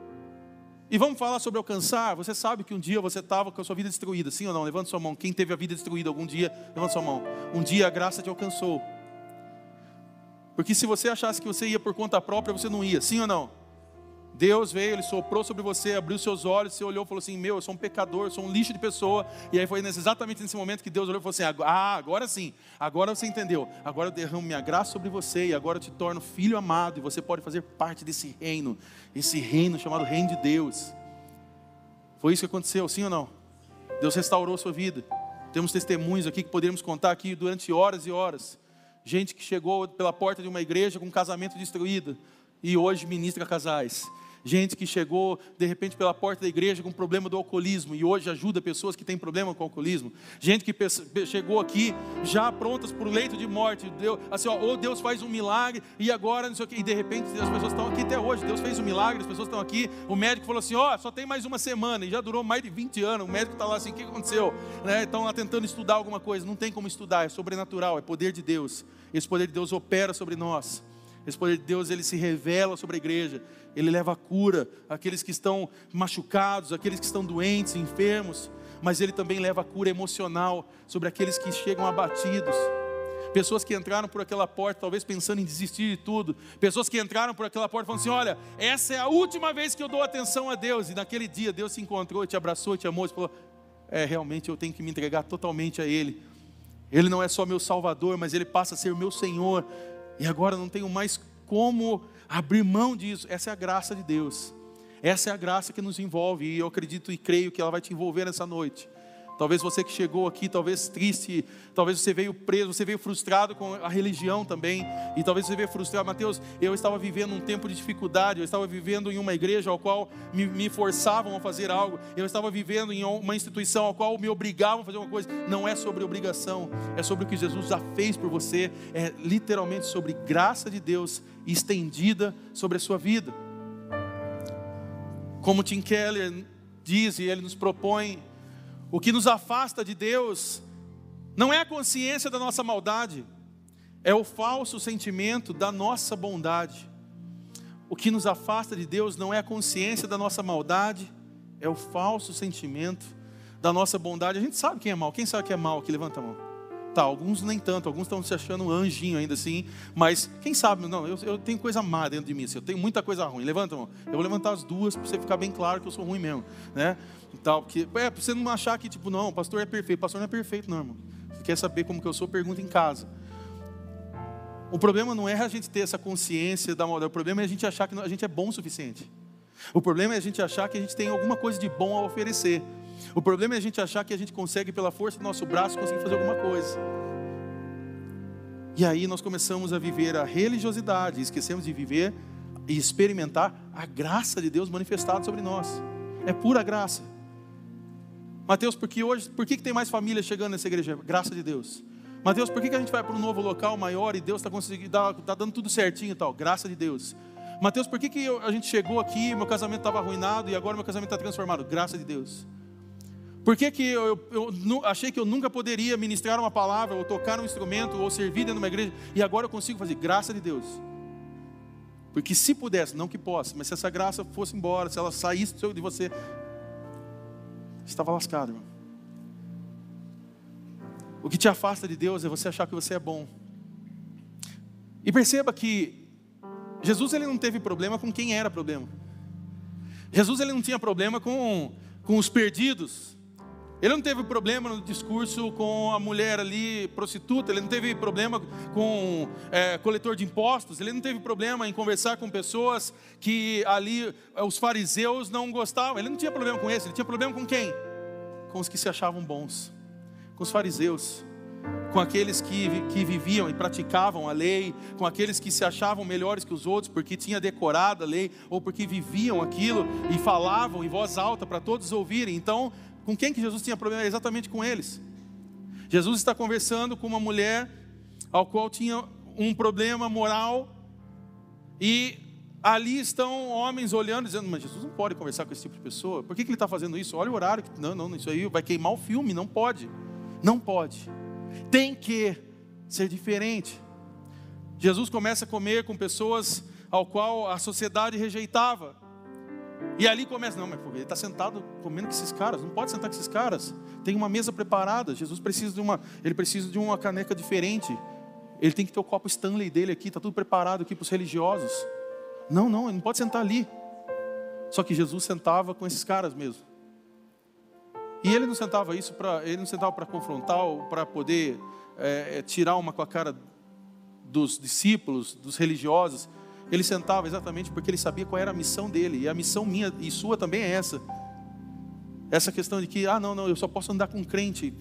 E vamos falar sobre alcançar. Você sabe que um dia você estava com a sua vida destruída, sim ou não? Levanta sua mão. Quem teve a vida destruída algum dia, levanta sua mão. Um dia a graça te alcançou. Porque se você achasse que você ia por conta própria, você não ia, sim ou não? Deus veio, Ele soprou sobre você, abriu seus olhos, você olhou e falou assim, meu, eu sou um pecador, eu sou um lixo de pessoa. E aí foi nesse, exatamente nesse momento que Deus olhou e falou assim, ah, agora sim, agora você entendeu. Agora eu derramo minha graça sobre você e agora eu te torno filho amado. E você pode fazer parte desse reino, esse reino chamado reino de Deus. Foi isso que aconteceu, sim ou não? Deus restaurou a sua vida. Temos testemunhos aqui que poderíamos contar aqui durante horas e horas. Gente que chegou pela porta de uma igreja com um casamento destruído e hoje ministra casais. Gente que chegou, de repente, pela porta da igreja com problema do alcoolismo e hoje ajuda pessoas que têm problema com o alcoolismo. Gente que chegou aqui já prontas para o leito de morte. Deus, assim, ó, ou Deus faz um milagre e agora não sei o que. E de repente as pessoas estão aqui até hoje. Deus fez um milagre, as pessoas estão aqui. O médico falou assim, ó, só tem mais uma semana. E já durou mais de vinte anos. O médico está lá assim, o que aconteceu? Né? Estão lá tentando estudar alguma coisa. Não tem como estudar, é sobrenatural, é poder de Deus. Esse poder de Deus opera sobre nós. Esse poder de Deus, ele se revela sobre a igreja. Ele leva a cura àqueles que estão machucados, àqueles que estão doentes, enfermos. Mas ele também leva a cura emocional sobre aqueles que chegam abatidos. Pessoas que entraram por aquela porta, talvez pensando em desistir de tudo. Pessoas que entraram por aquela porta falando assim, olha, essa é a última vez que eu dou atenção a Deus. E naquele dia Deus se encontrou, te abraçou, te amou. E falou, é, realmente eu tenho que me entregar totalmente a Ele. Ele não é só meu Salvador, mas Ele passa a ser o meu Senhor. E agora não tenho mais como abrir mão disso. Essa é a graça de Deus. Essa é a graça que nos envolve. E eu acredito e creio que ela vai te envolver nessa noite. Talvez você que chegou aqui, talvez triste, talvez você veio preso, você veio frustrado com a religião também. E talvez você veio frustrado. Mateus, eu estava vivendo um tempo de dificuldade. Eu estava vivendo em uma igreja ao qual me, me forçavam a fazer algo. Eu estava vivendo em uma instituição ao qual me obrigavam a fazer uma coisa. Não é sobre obrigação, é sobre o que Jesus já fez por você. É literalmente sobre graça de Deus estendida sobre a sua vida. Como Tim Keller diz, e ele nos propõe, o que nos afasta de Deus não é a consciência da nossa maldade, é o falso sentimento da nossa bondade. O que nos afasta de Deus não é a consciência da nossa maldade, é o falso sentimento da nossa bondade. A gente sabe quem é mal. Quem sabe que é mal aqui? Levanta a mão. Tá, alguns nem tanto, alguns estão se achando um anjinho ainda assim, mas quem sabe, não, eu, eu tenho coisa má dentro de mim, assim, eu tenho muita coisa ruim. Levanta a mão. Eu vou levantar as duas para você ficar bem claro que eu sou ruim mesmo, né? Então, porque, é, para você não achar que tipo, não, o pastor é perfeito. O pastor não é perfeito não, irmão. Você quer saber como que eu sou? Pergunta em casa. O problema não é a gente ter essa consciência da maldade, o problema é a gente achar que a gente é bom o suficiente. O problema é a gente achar que a gente tem alguma coisa de bom a oferecer. O problema é a gente achar que a gente consegue, pela força do nosso braço, conseguir fazer alguma coisa. E aí nós começamos a viver a religiosidade, esquecemos de viver e experimentar a graça de Deus manifestada sobre nós. É pura graça. Mateus, por que hoje, por que tem mais famílias chegando nessa igreja? Graça de Deus. Mateus, por que a gente vai para um novo local maior e Deus está conseguindo, está dando tudo certinho e tal? Graça de Deus. Mateus, por que a gente chegou aqui, meu casamento estava arruinado e agora meu casamento está transformado? Graça de Deus. Por que, que eu, eu, eu achei que eu nunca poderia ministrar uma palavra, ou tocar um instrumento, ou servir dentro de uma igreja, e agora eu consigo fazer? Graça de Deus. Porque se pudesse, não que possa, mas se essa graça fosse embora, se ela saísse de você, estava lascado, irmão. O que te afasta de Deus é você achar que você é bom. E perceba que Jesus, ele não teve problema com quem era problema. Jesus, ele não tinha problema com, com os perdidos. Ele não teve problema no discurso com a mulher ali prostituta. Ele não teve problema com é, coletor de impostos. Ele não teve problema em conversar com pessoas que ali os fariseus não gostavam. Ele não tinha problema com esse. Ele tinha problema com quem? Com os que se achavam bons. Com os fariseus. com aqueles que, que viviam e praticavam a lei, com aqueles que se achavam melhores que os outros porque tinha decorado a lei, ou porque viviam aquilo e falavam em voz alta para todos ouvirem. Então, com quem que Jesus tinha problema? Exatamente com eles. Jesus está conversando com uma mulher ao qual tinha um problema moral, e ali estão homens olhando, dizendo: mas Jesus não pode conversar com esse tipo de pessoa, por que, que ele está fazendo isso? Olha o horário, não, não, isso aí vai queimar o filme, não pode, não pode, tem que ser diferente. Jesus começa a comer com pessoas ao qual a sociedade rejeitava, e ali começa: não, mas ele está sentado comendo com esses caras, não pode sentar com esses caras, tem uma mesa preparada, Jesus precisa de uma, ele precisa de uma caneca diferente, ele tem que ter o copo Stanley dele aqui, está tudo preparado aqui para os religiosos. Não, não, ele não pode sentar ali. Só que Jesus sentava com esses caras mesmo. E ele não sentava isso para, ele não sentava para confrontar ou para poder é, tirar uma com a cara dos discípulos, dos religiosos. Ele sentava exatamente porque ele sabia qual era a missão dele. E a missão minha e sua também é essa. Essa questão de que, ah não, não, eu só posso andar com crente.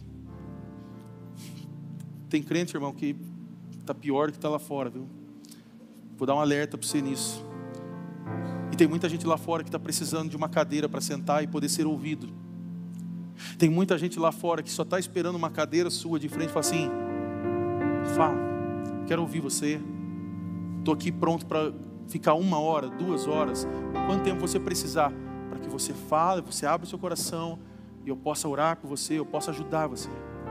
Tem crente, irmão, que está pior do que está lá fora, viu? Vou dar um alerta para você nisso. E tem muita gente lá fora que está precisando de uma cadeira para sentar e poder ser ouvido. Tem muita gente lá fora que só está esperando uma cadeira sua de frente e fala assim: fala, quero ouvir você. Estou aqui pronto para ficar uma hora, duas horas, quanto tempo você precisar, para que você fale, você abra o seu coração e eu possa orar por você, eu possa ajudar você.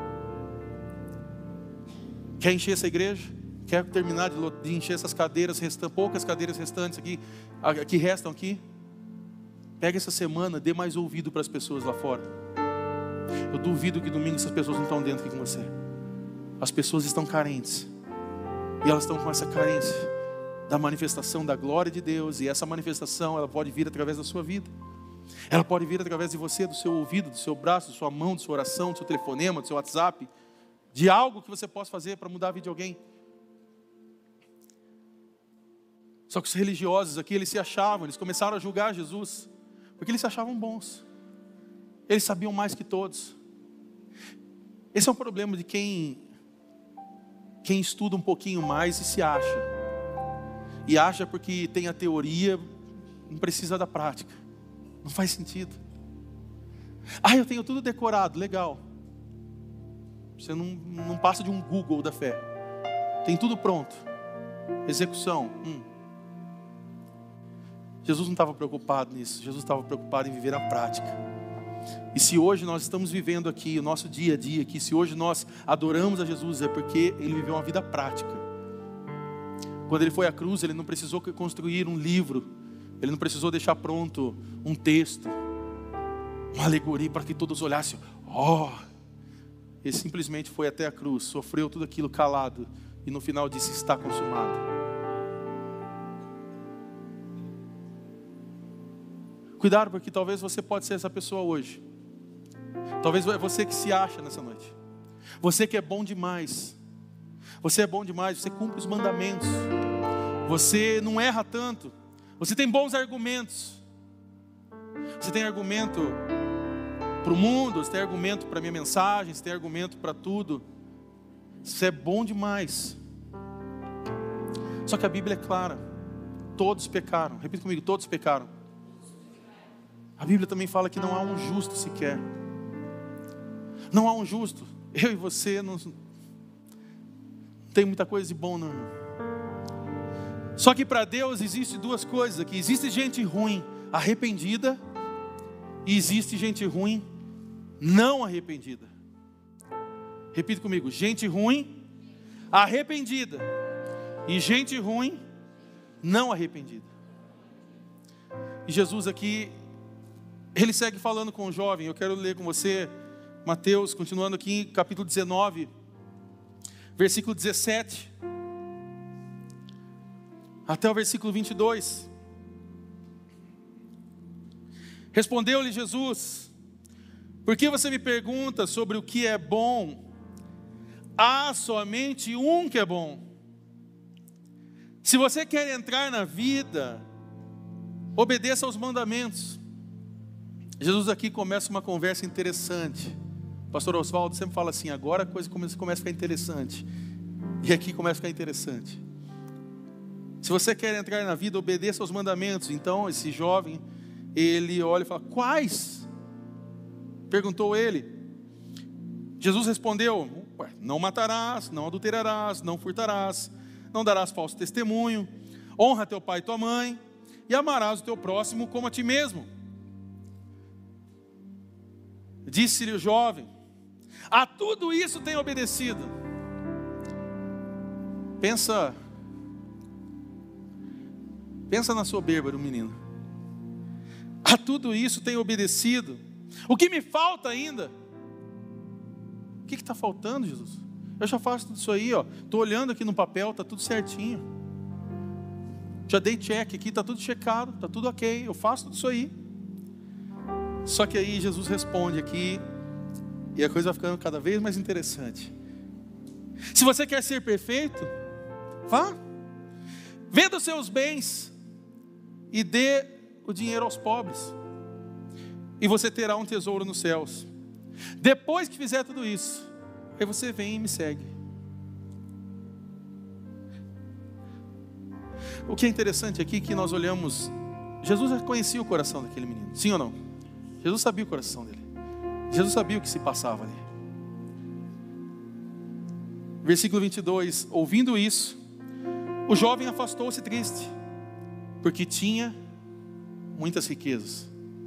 Quer encher essa igreja? Quer terminar de encher essas cadeiras restantes, poucas cadeiras restantes aqui, que restam aqui? Pega essa semana, dê mais ouvido para as pessoas lá fora. Eu duvido que domingo essas pessoas não estão dentro aqui com você. As pessoas estão carentes. E elas estão com essa carência da manifestação da glória de Deus. E essa manifestação, ela pode vir através da sua vida. Ela pode vir através de você, do seu ouvido, do seu braço, da sua mão, da sua oração, do seu telefonema, do seu WhatsApp. De algo que você possa fazer para mudar a vida de alguém. Só que os religiosos aqui, eles se achavam, eles começaram a julgar Jesus, porque eles se achavam bons. Eles sabiam mais que todos. Esse é um problema de quem, quem estuda um pouquinho mais e se acha. E acha porque tem a teoria, não precisa da prática. Não faz sentido. Ah, eu tenho tudo decorado, legal. Você não, não passa de um Google da fé. Tem tudo pronto. Execução. Hum. Jesus não estava preocupado nisso. Jesus estava preocupado em viver a prática. E se hoje nós estamos vivendo aqui o nosso dia a dia aqui, se hoje nós adoramos a Jesus, é porque Ele viveu uma vida prática. Quando Ele foi à cruz, Ele não precisou construir um livro. Ele não precisou deixar pronto um texto, uma alegoria para que todos olhassem. Oh! Ele simplesmente foi até a cruz, sofreu tudo aquilo calado e no final disse: está consumado. Cuidado, porque talvez você pode ser essa pessoa hoje. Talvez é você que se acha nessa noite. Você que é bom demais. Você é bom demais, você cumpre os mandamentos. Você não erra tanto. Você tem bons argumentos. Você tem argumento para o mundo, você tem argumento para a minha mensagem, você tem argumento para tudo. Você é bom demais. Só que a Bíblia é clara. Todos pecaram. Repita comigo, todos pecaram. A Bíblia também fala que não há um justo sequer. Não há um justo. Eu e você não, não tem muita coisa de bom, não. Só que para Deus existe duas coisas aqui. Existe gente ruim arrependida e existe gente ruim não arrependida. Repita comigo, gente ruim arrependida e gente ruim não arrependida. E Jesus aqui, Ele segue falando com o jovem. Eu quero ler com você Mateus, continuando aqui, capítulo dezenove, versículo dezessete até o versículo vinte e dois. Respondeu-lhe Jesus: por que você me pergunta sobre o que é bom? Há somente um que é bom. Se você quer entrar na vida, obedeça aos mandamentos. Jesus aqui começa uma conversa interessante Pastor Oswaldo sempre fala assim, agora a coisa começa, começa a ficar interessante. E aqui começa a ficar interessante. Se você quer entrar na vida, obedeça aos mandamentos. Então esse jovem, ele olha e fala, quais? Perguntou ele. Jesus respondeu, não matarás, não adulterarás, não furtarás, não darás falso testemunho, honra teu pai e tua mãe, e amarás o teu próximo como a ti mesmo. Disse-lhe o jovem, a tudo isso tenho obedecido. Pensa, pensa na soberba do menino. A tudo isso tenho obedecido. O que me falta ainda? O que está faltando, Jesus? Eu já faço tudo isso aí, ó. Estou olhando aqui no papel, está tudo certinho. Já dei check aqui, está tudo checado, está tudo ok. Eu faço tudo isso aí. Só que aí Jesus responde aqui, e a coisa vai ficando cada vez mais interessante. Se você quer ser perfeito, vá, venda os seus bens e dê o dinheiro aos pobres, e você terá um tesouro nos céus. Depois que fizer tudo isso, aí você vem e me segue. O que é interessante aqui é que nós olhamos, Jesus já conhecia o coração daquele menino, sim ou não? Jesus sabia o coração dele. Jesus sabia o que se passava ali. Versículo vinte e dois. Ouvindo isso, o jovem afastou-se triste, porque tinha muitas riquezas.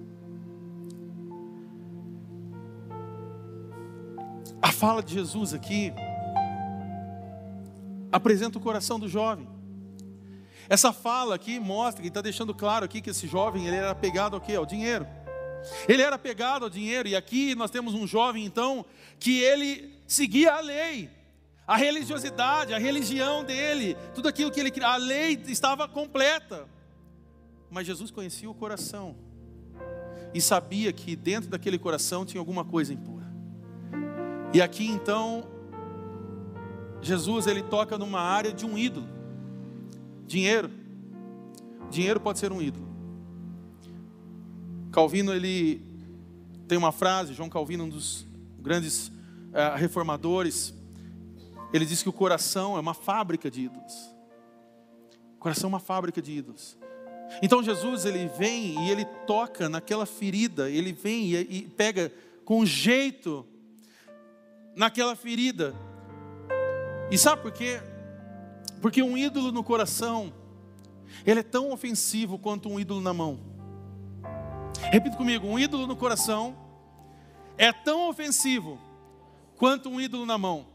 A fala de Jesus aqui apresenta o coração do jovem. Essa fala aqui mostra, e está deixando claro aqui que esse jovem ele era apegado ao quê? Ao dinheiro. Ele era apegado ao dinheiro, e aqui nós temos um jovem então, que ele seguia a lei, a religiosidade, a religião dele, tudo aquilo que ele queria, a lei estava completa, mas Jesus conhecia o coração, e sabia que dentro daquele coração tinha alguma coisa impura, e aqui então, Jesus ele toca numa área de um ídolo, dinheiro, dinheiro pode ser um ídolo. Calvino, ele tem uma frase, João Calvino, um dos grandes uh, reformadores, ele diz que o coração é uma fábrica de ídolos. O coração é uma fábrica de ídolos. Então Jesus, ele vem e ele toca naquela ferida, ele vem e, e pega com jeito naquela ferida. E sabe por quê? Porque um ídolo no coração, ele é tão ofensivo quanto um ídolo na mão. Repita comigo, um ídolo no coração é tão ofensivo quanto um ídolo na mão.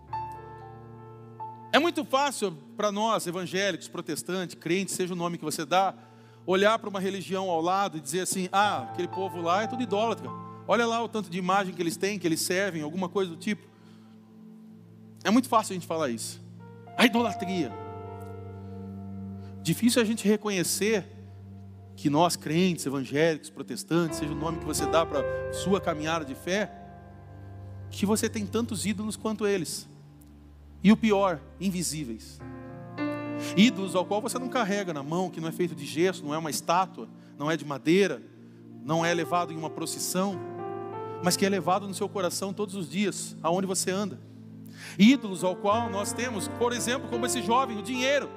É muito fácil para nós, evangélicos, protestantes, crentes, seja o nome que você dá, olhar para uma religião ao lado e dizer assim, ah, aquele povo lá é tudo idólatra. Olha lá o tanto de imagem que eles têm, que eles servem, alguma coisa do tipo. É muito fácil a gente falar isso. A idolatria. Difícil a gente reconhecer que nós crentes, evangélicos, protestantes, seja o nome que você dá para a sua caminhada de fé, que você tem tantos ídolos quanto eles. E o pior, invisíveis. Ídolos ao qual você não carrega na mão, que não é feito de gesso, não é uma estátua, não é de madeira, não é levado em uma procissão, mas que é levado no seu coração todos os dias, aonde você anda. Ídolos ao qual nós temos, por exemplo, como esse jovem, o dinheiro.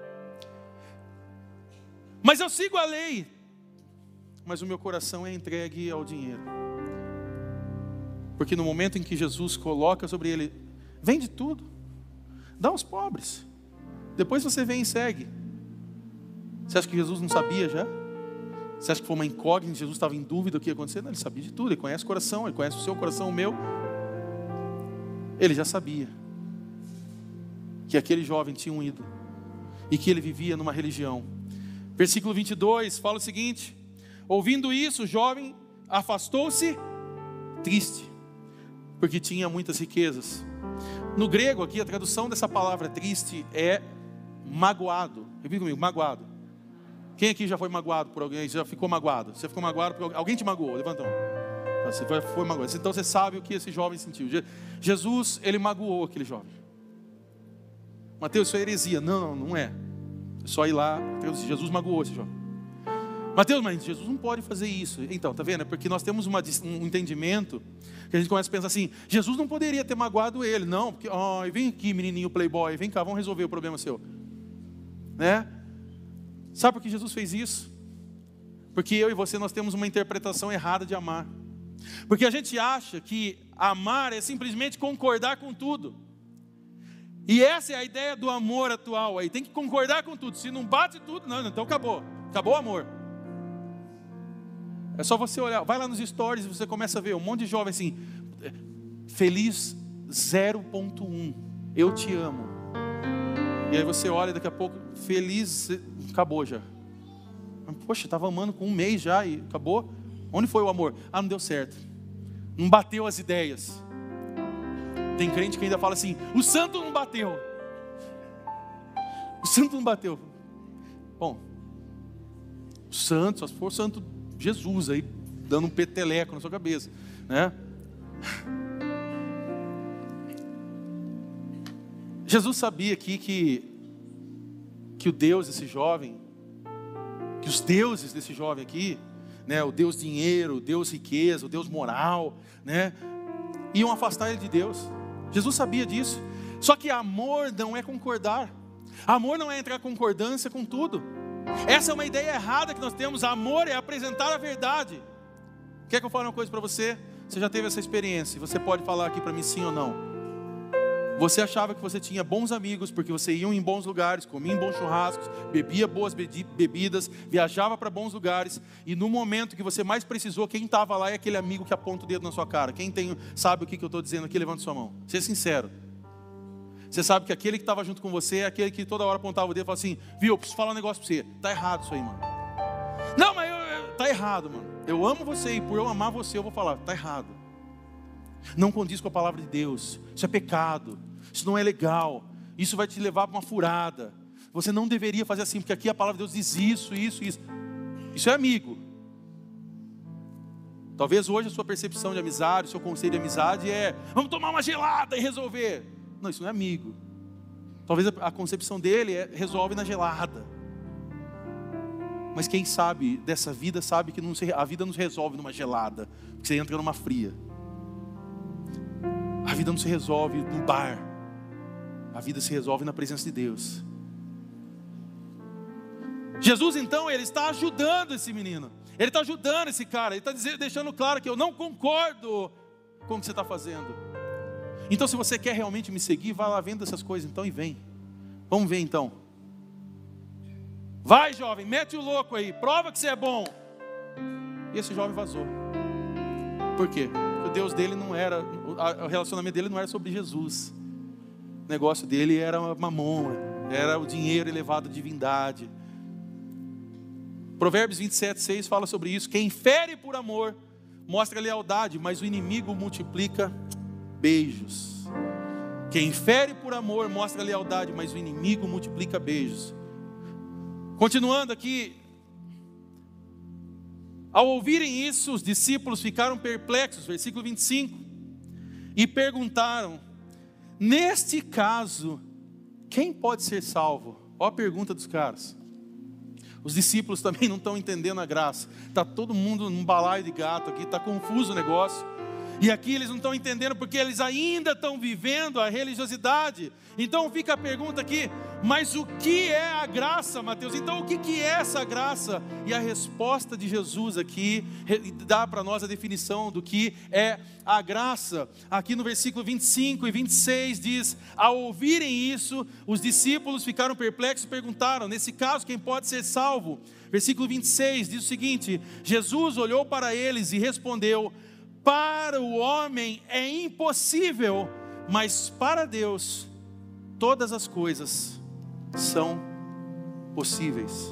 Mas eu sigo a lei, mas o meu coração é entregue ao dinheiro. Porque no momento em que Jesus coloca sobre ele, vende tudo, dá aos pobres, depois você vem e segue. Você acha que Jesus não sabia já? Você acha que foi uma incógnita, Jesus estava em dúvida do que ia acontecer? Não, ele sabia de tudo, ele conhece o coração, ele conhece o seu coração, o meu. Ele já sabia que aquele jovem tinha um ídolo e que ele vivia numa religião. Versículo vinte e dois fala o seguinte: ouvindo isso, o jovem afastou-se triste, porque tinha muitas riquezas. No grego aqui, a tradução dessa palavra triste é magoado. Repita comigo, magoado. Quem aqui já foi magoado por alguém? Já ficou magoado? Você ficou magoado por alguém? Alguém te magoou? Levanta a mão. Você foi magoado. Então você sabe o que esse jovem sentiu. Jesus, ele magoou aquele jovem. Mateus, isso é heresia. Não, não, não é. É só ir lá. Jesus magoou esse jovem. Mateus, mas Jesus não pode fazer isso. Então, tá vendo? É porque nós temos uma, um entendimento que a gente começa a pensar assim, Jesus não poderia ter magoado ele. Não, porque, ó, oh, vem aqui menininho playboy, vem cá, vamos resolver o problema seu. Né? Sabe por que Jesus fez isso? Porque eu e você, nós temos uma interpretação errada de amar. Porque a gente acha que amar é simplesmente concordar com tudo. E essa é a ideia do amor atual aí. Tem que concordar com tudo. Se não bate tudo, não, então acabou. Acabou o amor. É só você olhar, vai lá nos stories e você começa a ver um monte de jovens assim, feliz zero ponto um, eu te amo. E aí você olha daqui a pouco, feliz, acabou já. Poxa, estava amando com um mês já e acabou. Onde foi o amor? Ah, não deu certo. Não bateu as ideias. Tem crente que ainda fala assim, o santo não bateu. O santo não bateu. Bom, o santo, só se for o santo Jesus aí, dando um peteleco na sua cabeça, né? Jesus sabia aqui que, que o Deus desse jovem, que os deuses desse jovem aqui, né, o Deus dinheiro, o Deus riqueza, o Deus moral, né, iam afastar ele de Deus. Jesus sabia disso. Só que amor não é concordar. Amor não é entrar em concordância com tudo. Essa é uma ideia errada que nós temos. Amor é apresentar a verdade. Quer que eu fale uma coisa para você? Você já teve essa experiência. Você pode falar aqui para mim sim ou não. Você achava que você tinha bons amigos porque você ia em bons lugares, comia em bons churrascos, bebia boas bebidas, viajava para bons lugares, e no momento que você mais precisou, quem estava lá é aquele amigo que aponta o dedo na sua cara. Quem tem, sabe o que, que eu estou dizendo aqui? Levanta sua mão. Seja sincero. Você sabe que aquele que estava junto com você é aquele que toda hora apontava o dedo e falava assim, viu, eu preciso falar um negócio para você. Está errado isso aí, mano. Não, mas eu, eu, tá errado, mano. Eu amo você e por eu amar você eu vou falar. Está errado. Não condiz com a palavra de Deus. Isso é pecado. Isso não é legal. Isso vai te levar para uma furada. Você não deveria fazer assim, porque aqui a palavra de Deus diz isso, isso, isso. Isso é amigo. Talvez hoje a sua percepção de amizade, o seu conceito de amizade é, vamos tomar uma gelada e resolver. Não, isso não é amigo. Talvez a concepção dele é, resolve na gelada. Mas quem sabe dessa vida, sabe que não se, a vida não se resolve numa gelada, porque você entra numa fria. A vida não se resolve no bar. A vida se resolve na presença de Deus. Jesus então, ele está ajudando esse menino. Ele está ajudando esse cara. Ele está deixando claro que eu não concordo com o que você está fazendo. Então se você quer realmente me seguir, vai lá vendo essas coisas então e vem. Vamos ver então. Vai jovem, mete o louco aí, prova que você é bom. E esse jovem vazou. Por quê? Porque o Deus dele não era, o relacionamento dele não era sobre Jesus. O negócio dele era mamon, era o dinheiro elevado à divindade. Provérbios vinte e sete, seis fala sobre isso. Quem fere por amor mostra lealdade, mas o inimigo multiplica beijos. Quem fere por amor mostra lealdade, mas o inimigo multiplica beijos. Continuando aqui, ao ouvirem isso, os discípulos ficaram perplexos, versículo vinte e cinco, e perguntaram, neste caso, quem pode ser salvo? Olha a pergunta dos caras. Os discípulos também não estão entendendo a graça. Está todo mundo num balaio de gato aqui, está confuso o negócio. E aqui eles não estão entendendo porque eles ainda estão vivendo a religiosidade. Então fica a pergunta aqui, mas o que é a graça, Mateus? Então o que, que é essa graça? E a resposta de Jesus aqui dá para nós a definição do que é a graça. Aqui no versículo vinte e cinco e vinte e seis diz, ao ouvirem isso, os discípulos ficaram perplexos e perguntaram, nesse caso quem pode ser salvo? Versículo vinte e seis diz o seguinte, Jesus olhou para eles e respondeu, para o homem é impossível, mas para Deus todas as coisas são possíveis.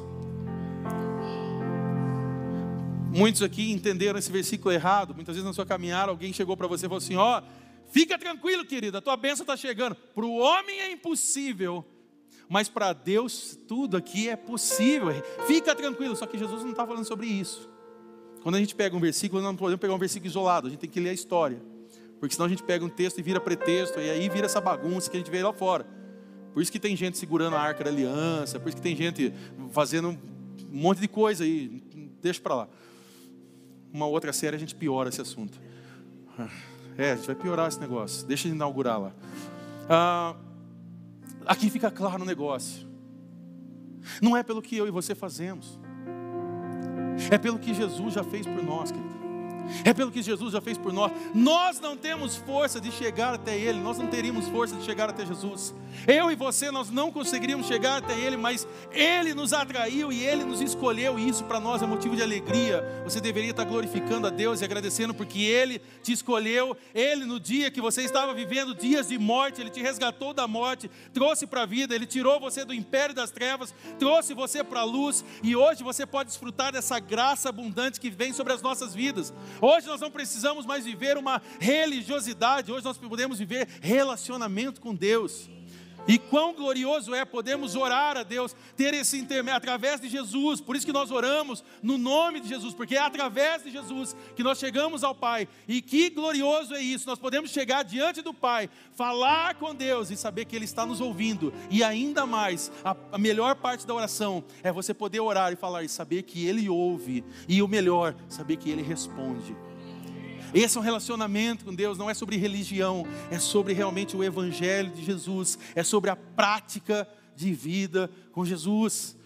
Muitos aqui entenderam esse versículo errado. Muitas vezes na sua caminhada alguém chegou para você e falou assim, ó, oh, fica tranquilo querido, a tua bênção está chegando. Para o homem é impossível, mas para Deus tudo aqui é possível. Fica tranquilo, só que Jesus não está falando sobre isso. Quando a gente pega um versículo, nós não podemos pegar um versículo isolado, a gente tem que ler a história. Porque senão a gente pega um texto e vira pretexto, e aí vira essa bagunça que a gente vê lá fora. Por isso que tem gente segurando a arca da aliança, por isso que tem gente fazendo um monte de coisa aí, deixa para lá. Uma outra série a gente piora esse assunto. É, a gente vai piorar esse negócio. Deixa eu inaugurar lá. Ah, aqui fica claro o negócio. Não é pelo que eu e você fazemos. É pelo que Jesus já fez por nós, querido. É pelo que Jesus já fez por nós. Nós não temos força de chegar até Ele. Nós não teríamos força de chegar até Jesus. Eu e você, nós não conseguiríamos chegar até Ele, mas Ele nos atraiu e Ele nos escolheu. E isso para nós é motivo de alegria. Você deveria estar glorificando a Deus e agradecendo porque Ele te escolheu. Ele, no dia que você estava vivendo dias de morte, Ele te resgatou da morte, trouxe para a vida. Ele tirou você do império das trevas, trouxe você para a luz. E hoje você pode desfrutar dessa graça abundante que vem sobre as nossas vidas. Hoje nós não precisamos mais viver uma religiosidade. Hoje nós podemos viver relacionamento com Deus. E quão glorioso é podermos orar a Deus, ter esse intermédio através de Jesus. Por isso que nós oramos no nome de Jesus, porque é através de Jesus que nós chegamos ao Pai. E que glorioso é isso, nós podemos chegar diante do Pai, falar com Deus e saber que Ele está nos ouvindo. E ainda mais, a, a melhor parte da oração é você poder orar e falar e saber que Ele ouve. E o melhor, saber que Ele responde. Esse é um relacionamento com Deus, não é sobre religião, é sobre realmente o Evangelho de Jesus, é sobre a prática de vida com Jesus.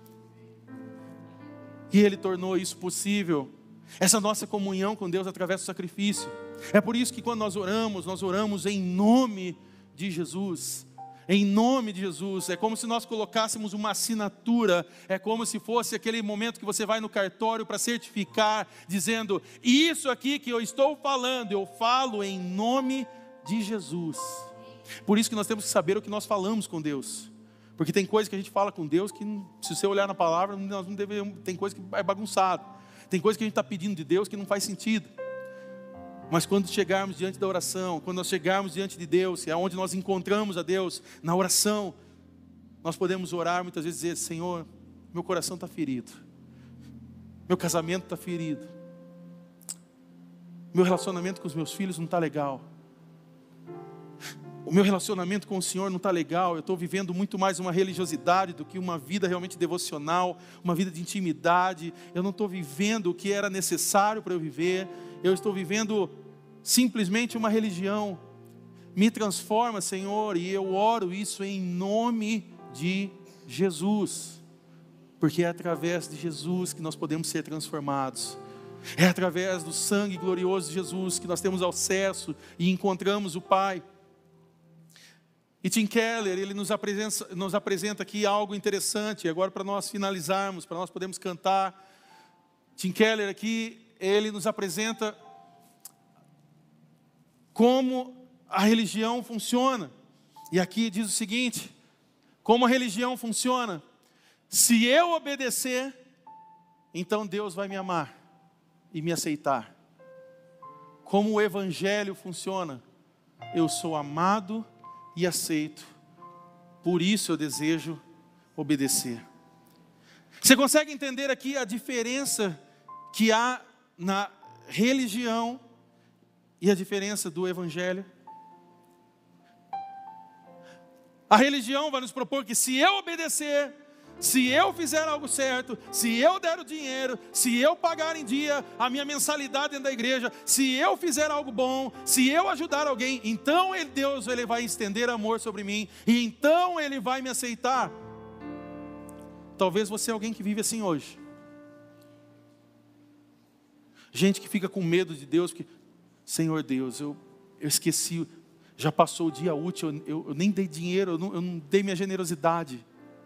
E Ele tornou isso possível, essa nossa comunhão com Deus através do sacrifício. É por isso que quando nós oramos, nós oramos em nome de Jesus. Em nome de Jesus, é como se nós colocássemos uma assinatura, é como se fosse aquele momento que você vai no cartório para certificar, dizendo, isso aqui que eu estou falando, eu falo em nome de Jesus. Por isso que nós temos que saber o que nós falamos com Deus, porque tem coisa que a gente fala com Deus que, se você olhar na palavra, nós não devemos, tem coisa que é bagunçado, tem coisa que a gente está pedindo de Deus que não faz sentido. Mas quando chegarmos diante da oração, quando nós chegarmos diante de Deus, é onde nós encontramos a Deus, na oração, nós podemos orar muitas vezes e dizer, Senhor, meu coração está ferido, meu casamento está ferido, meu relacionamento com os meus filhos não está legal, o meu relacionamento com o Senhor não está legal, eu estou vivendo muito mais uma religiosidade do que uma vida realmente devocional, uma vida de intimidade, eu não estou vivendo o que era necessário para eu viver, eu estou vivendo simplesmente uma religião. Me transforma, Senhor, e eu oro isso em nome de Jesus, porque é através de Jesus que nós podemos ser transformados. É através do sangue glorioso de Jesus que nós temos acesso e encontramos o Pai. E Tim Keller, ele nos apresenta, nos apresenta aqui algo interessante, agora para nós finalizarmos, para nós podermos cantar. Tim Keller aqui, ele nos apresenta como a religião funciona. E aqui diz o seguinte, como a religião funciona: se eu obedecer, então Deus vai me amar e me aceitar. Como o Evangelho funciona: eu sou amado e aceito, por isso eu desejo obedecer. Você consegue entender aqui a diferença que há na religião e a diferença do Evangelho? A religião vai nos propor que se eu obedecer, se eu fizer algo certo, se eu der o dinheiro, se eu pagar em dia a minha mensalidade dentro da igreja, se eu fizer algo bom, se eu ajudar alguém, então Deus ele vai estender amor sobre mim, e então Ele vai me aceitar. Talvez você é alguém que vive assim hoje. Gente que fica com medo de Deus, porque, Senhor Deus, eu, eu esqueci, já passou o dia útil, eu, eu, eu nem dei dinheiro, eu não, eu não dei minha generosidade.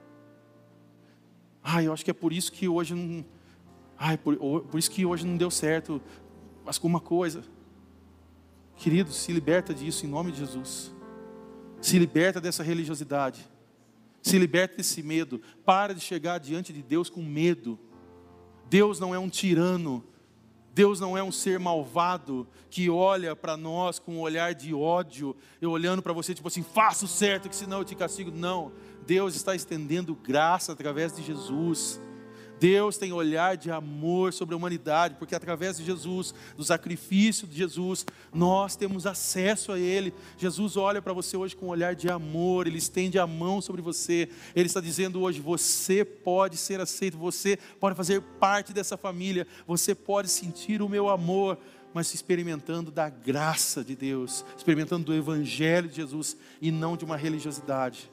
Ai, eu acho que é por isso que hoje não, ai, por, por isso que hoje não deu certo alguma coisa. Querido, se liberta disso em nome de Jesus. Se liberta dessa religiosidade. Se liberta desse medo. Para de chegar diante de Deus com medo. Deus não é um tirano. Deus não é um ser malvado que olha para nós com um olhar de ódio, eu olhando para você tipo assim, faça o certo que senão eu te castigo. Não, Deus está estendendo graça através de Jesus. Deus tem olhar de amor sobre a humanidade, porque através de Jesus, do sacrifício de Jesus, nós temos acesso a Ele. Jesus olha para você hoje com um olhar de amor, Ele estende a mão sobre você. Ele está dizendo hoje, você pode ser aceito, você pode fazer parte dessa família, você pode sentir o meu amor, mas experimentando da graça de Deus, experimentando do Evangelho de Jesus e não de uma religiosidade.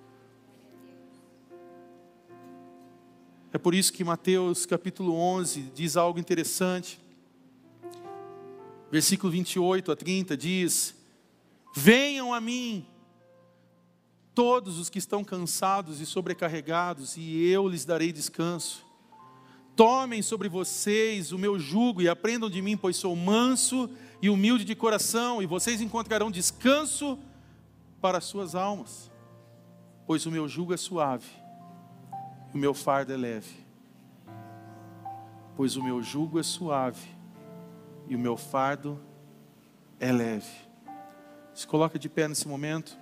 É por isso que Mateus capítulo onze diz algo interessante. Versículo vinte e oito a trinta diz: venham a mim todos os que estão cansados e sobrecarregados, e eu lhes darei descanso. Tomem sobre vocês o meu jugo e aprendam de mim, pois sou manso e humilde de coração, e vocês encontrarão descanso para as suas almas. Pois o meu jugo é suave, o meu fardo é leve. Pois o meu jugo é suave e o meu fardo é leve. Se coloca de pé nesse momento.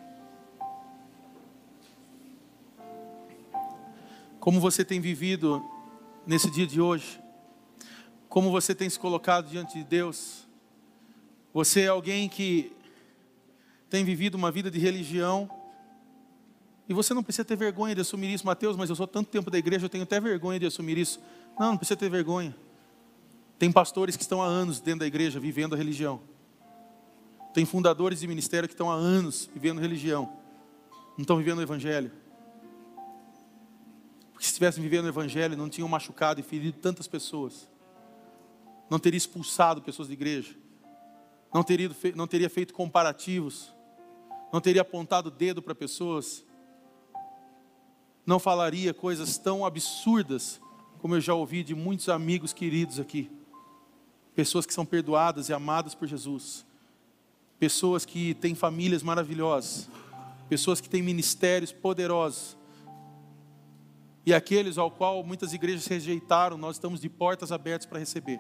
Como você tem vivido nesse dia de hoje? Como você tem se colocado diante de Deus? Você é alguém que tem vivido uma vida de religião, e você não precisa ter vergonha de assumir isso. Mateus, mas eu sou tanto tempo da igreja, eu tenho até vergonha de assumir isso. Não, não precisa ter vergonha. Tem pastores que estão há anos dentro da igreja vivendo a religião. Tem fundadores de ministério que estão há anos vivendo religião. Não estão vivendo o Evangelho. Porque se estivessem vivendo o Evangelho, não tinham machucado e ferido tantas pessoas. Não teria expulsado pessoas da igreja. Não teria, não teria feito comparativos. Não teria apontado o dedo para pessoas. Não falaria coisas tão absurdas como eu já ouvi de muitos amigos queridos aqui. Pessoas que são perdoadas e amadas por Jesus. Pessoas que têm famílias maravilhosas. Pessoas que têm ministérios poderosos. E aqueles ao qual muitas igrejas rejeitaram, nós estamos de portas abertas para receber.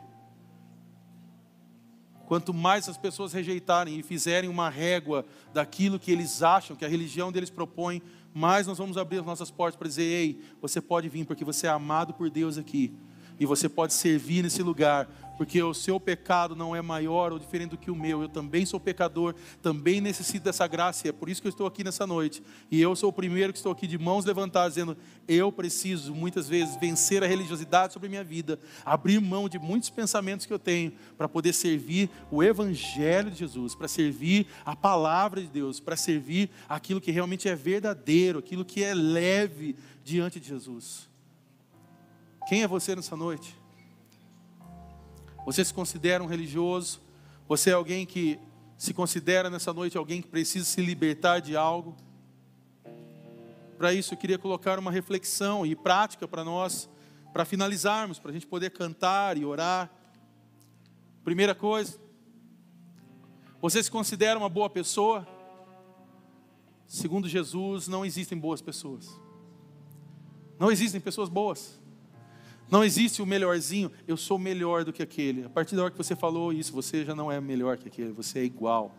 Quanto mais as pessoas rejeitarem e fizerem uma régua daquilo que eles acham, que a religião deles propõe, mais nós vamos abrir as nossas portas para dizer: ei, você pode vir porque você é amado por Deus aqui. E você pode servir nesse lugar, porque o seu pecado não é maior ou diferente do que o meu. Eu também sou pecador, também necessito dessa graça, e é por isso que eu estou aqui nessa noite. E eu sou o primeiro que estou aqui de mãos levantadas, dizendo: eu preciso muitas vezes vencer a religiosidade sobre a minha vida, abrir mão de muitos pensamentos que eu tenho, para poder servir o Evangelho de Jesus, para servir a palavra de Deus, para servir aquilo que realmente é verdadeiro, aquilo que é leve diante de Jesus. Quem é você nessa noite? Você se considera um religioso? Você é alguém que se considera nessa noite alguém que precisa se libertar de algo? Para isso eu queria colocar uma reflexão e prática para nós, para finalizarmos, para a gente poder cantar e orar. Primeira coisa, você se considera uma boa pessoa? Segundo Jesus, não existem boas pessoas. Não existem pessoas boas. Não existe o melhorzinho, eu sou melhor do que aquele. A partir da hora que você falou isso, você já não é melhor que aquele, você é igual.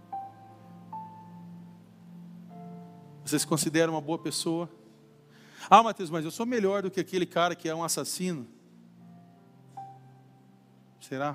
Você se considera uma boa pessoa? Ah, Mateus, mas eu sou melhor do que aquele cara que é um assassino. Será?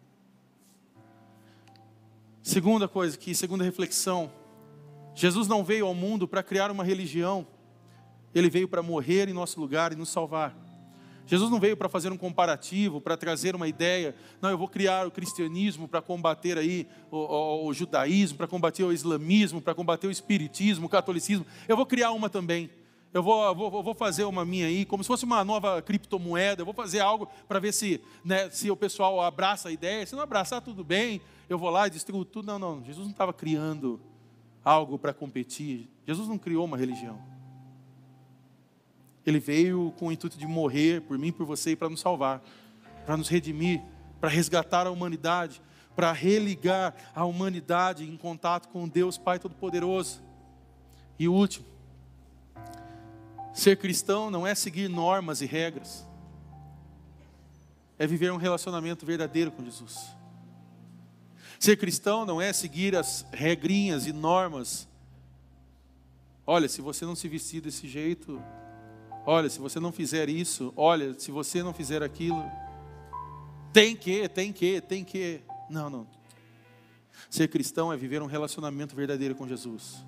Segunda coisa aqui, segunda reflexão. Jesus não veio ao mundo para criar uma religião. Ele veio para morrer em nosso lugar e nos salvar. Jesus não veio para fazer um comparativo, para trazer uma ideia. Não, eu vou criar o cristianismo para combater aí o, o, o judaísmo, para combater o islamismo, para combater o espiritismo, o catolicismo. Eu vou criar uma também. Eu vou, vou, vou fazer uma minha aí, como se fosse uma nova criptomoeda. Eu vou fazer algo para ver se, né, se o pessoal abraça a ideia. Se não abraçar, tudo bem. Eu vou lá e distribuo tudo. Não, não. Jesus não estava criando algo para competir. Jesus não criou uma religião. Ele veio com o intuito de morrer por mim, por você e para nos salvar, para nos redimir, para resgatar a humanidade, para religar a humanidade em contato com Deus Pai Todo-Poderoso. E o último, ser cristão não é seguir normas e regras, é viver um relacionamento verdadeiro com Jesus. Ser cristão não é seguir as regrinhas e normas. Olha, se você não se vestir desse jeito, Olha, se você não fizer isso, olha, se você não fizer aquilo, tem que, tem que, tem que. Não, não. Ser cristão é viver um relacionamento verdadeiro com Jesus.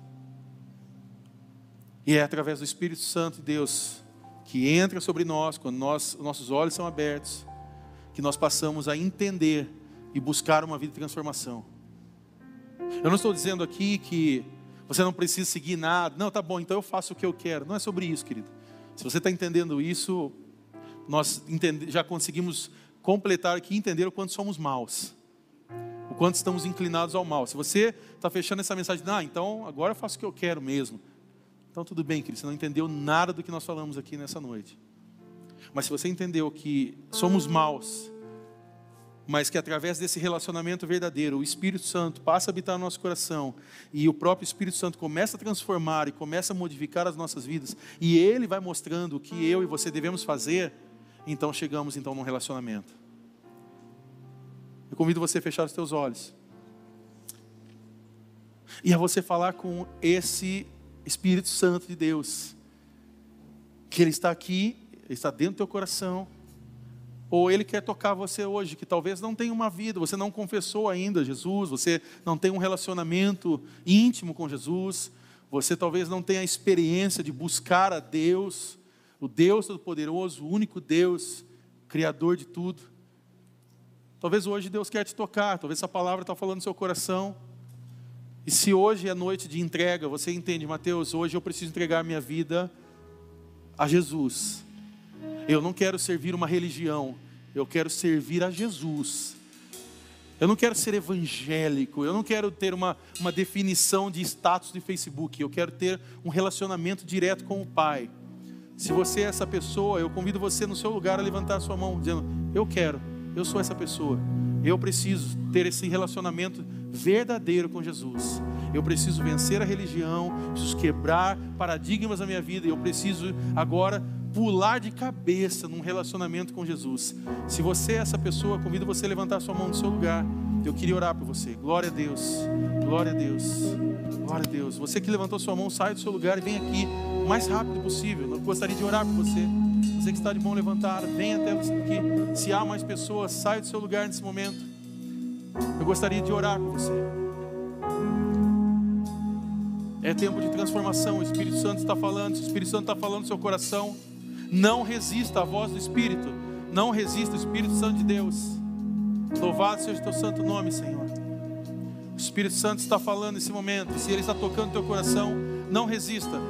E é através do Espírito Santo de Deus que entra sobre nós, quando nós, nossos olhos são abertos, que nós passamos a entender e buscar uma vida de transformação. Eu não estou dizendo aqui que você não precisa seguir nada. Não, tá bom, então eu faço o que eu quero. Não é sobre isso, querido. Se você está entendendo isso, nós entende, já conseguimos completar aqui e entender o quanto somos maus. O quanto estamos inclinados ao mal. Se você está fechando essa mensagem, ah, então agora eu faço o que eu quero mesmo. Então tudo bem, querido, você não entendeu nada do que nós falamos aqui nessa noite. Mas se você entendeu que somos maus, mas que através desse relacionamento verdadeiro, o Espírito Santo passa a habitar no nosso coração, e o próprio Espírito Santo começa a transformar e começa a modificar as nossas vidas, e Ele vai mostrando o que eu e você devemos fazer, então chegamos então num relacionamento. Eu convido você a fechar os teus olhos, e a você falar com esse Espírito Santo de Deus, que Ele está aqui, Ele está dentro do teu coração, ou Ele quer tocar você hoje, que talvez não tenha uma vida, você não confessou ainda Jesus, você não tem um relacionamento íntimo com Jesus, você talvez não tenha a experiência de buscar a Deus, o Deus Todo-Poderoso, o único Deus, Criador de tudo. Talvez hoje Deus quer te tocar, talvez essa palavra está falando no seu coração. E se hoje é noite de entrega, você entende, Mateus, hoje eu preciso entregar minha vida a Jesus. Eu não quero servir uma religião, eu quero servir a Jesus. Eu não quero ser evangélico, eu não quero ter uma, uma definição de status de Facebook, eu quero ter um relacionamento direto com o Pai. Se você é essa pessoa, eu convido você no seu lugar a levantar a sua mão, dizendo, eu quero, eu sou essa pessoa. Eu preciso ter esse relacionamento verdadeiro com Jesus. Eu preciso vencer a religião, preciso quebrar paradigmas na minha vida, e eu preciso agora pular de cabeça num relacionamento com Jesus. Se você é essa pessoa, convido você a levantar a sua mão no seu lugar. Eu queria orar por você. Glória a Deus, glória a Deus, glória a Deus. Você que levantou sua mão, sai do seu lugar e vem aqui o mais rápido possível. Eu gostaria de orar por você. Você que está de mão levantada, vem até aqui. Se há mais pessoas, sai do seu lugar nesse momento. Eu gostaria de orar por você. É tempo de transformação. O Espírito Santo está falando. Se o Espírito Santo está falando no seu coração, não resista à voz do Espírito. Não resista ao Espírito Santo de Deus. Louvado seja o teu santo nome, Senhor. O Espírito Santo está falando nesse momento. Se Ele está tocando no teu coração, não resista.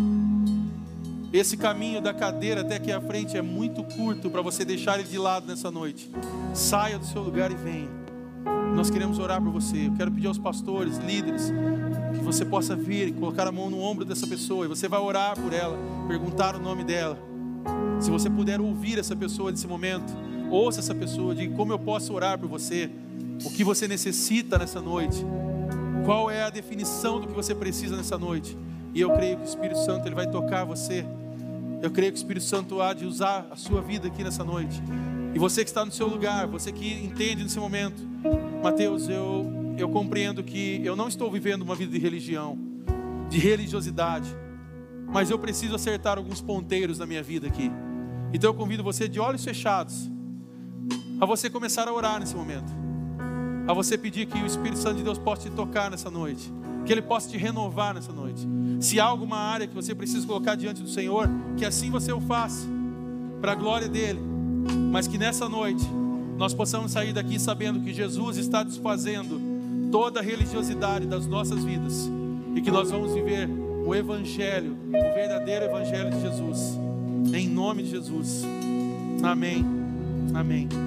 Esse caminho da cadeira até aqui à frente é muito curto para você deixar ele de lado nessa noite. Saia do seu lugar e venha. Nós queremos orar por você. Eu quero pedir aos pastores, líderes, que você possa vir e colocar a mão no ombro dessa pessoa, e você vai orar por ela, perguntar o nome dela. Se você puder ouvir essa pessoa nesse momento, ouça essa pessoa, diga como eu posso orar por você, o que você necessita nessa noite, qual é a definição do que você precisa nessa noite. E eu creio que o Espírito Santo ele vai tocar você. Eu creio que o Espírito Santo há de usar a sua vida aqui nessa noite. E você que está no seu lugar, você que entende nesse momento, Mateus, eu, eu compreendo que eu não estou vivendo uma vida de religião, de religiosidade, mas eu preciso acertar alguns ponteiros na minha vida aqui. Então eu convido você de olhos fechados, a você começar a orar nesse momento, a você pedir que o Espírito Santo de Deus possa te tocar nessa noite, que Ele possa te renovar nessa noite. Se há alguma área que você precisa colocar diante do Senhor, que assim você o faça, para a glória dEle, mas que nessa noite nós possamos sair daqui sabendo que Jesus está desfazendo toda a religiosidade das nossas vidas, e que nós vamos viver o Evangelho, o verdadeiro Evangelho de Jesus, em nome de Jesus. Amém, amém.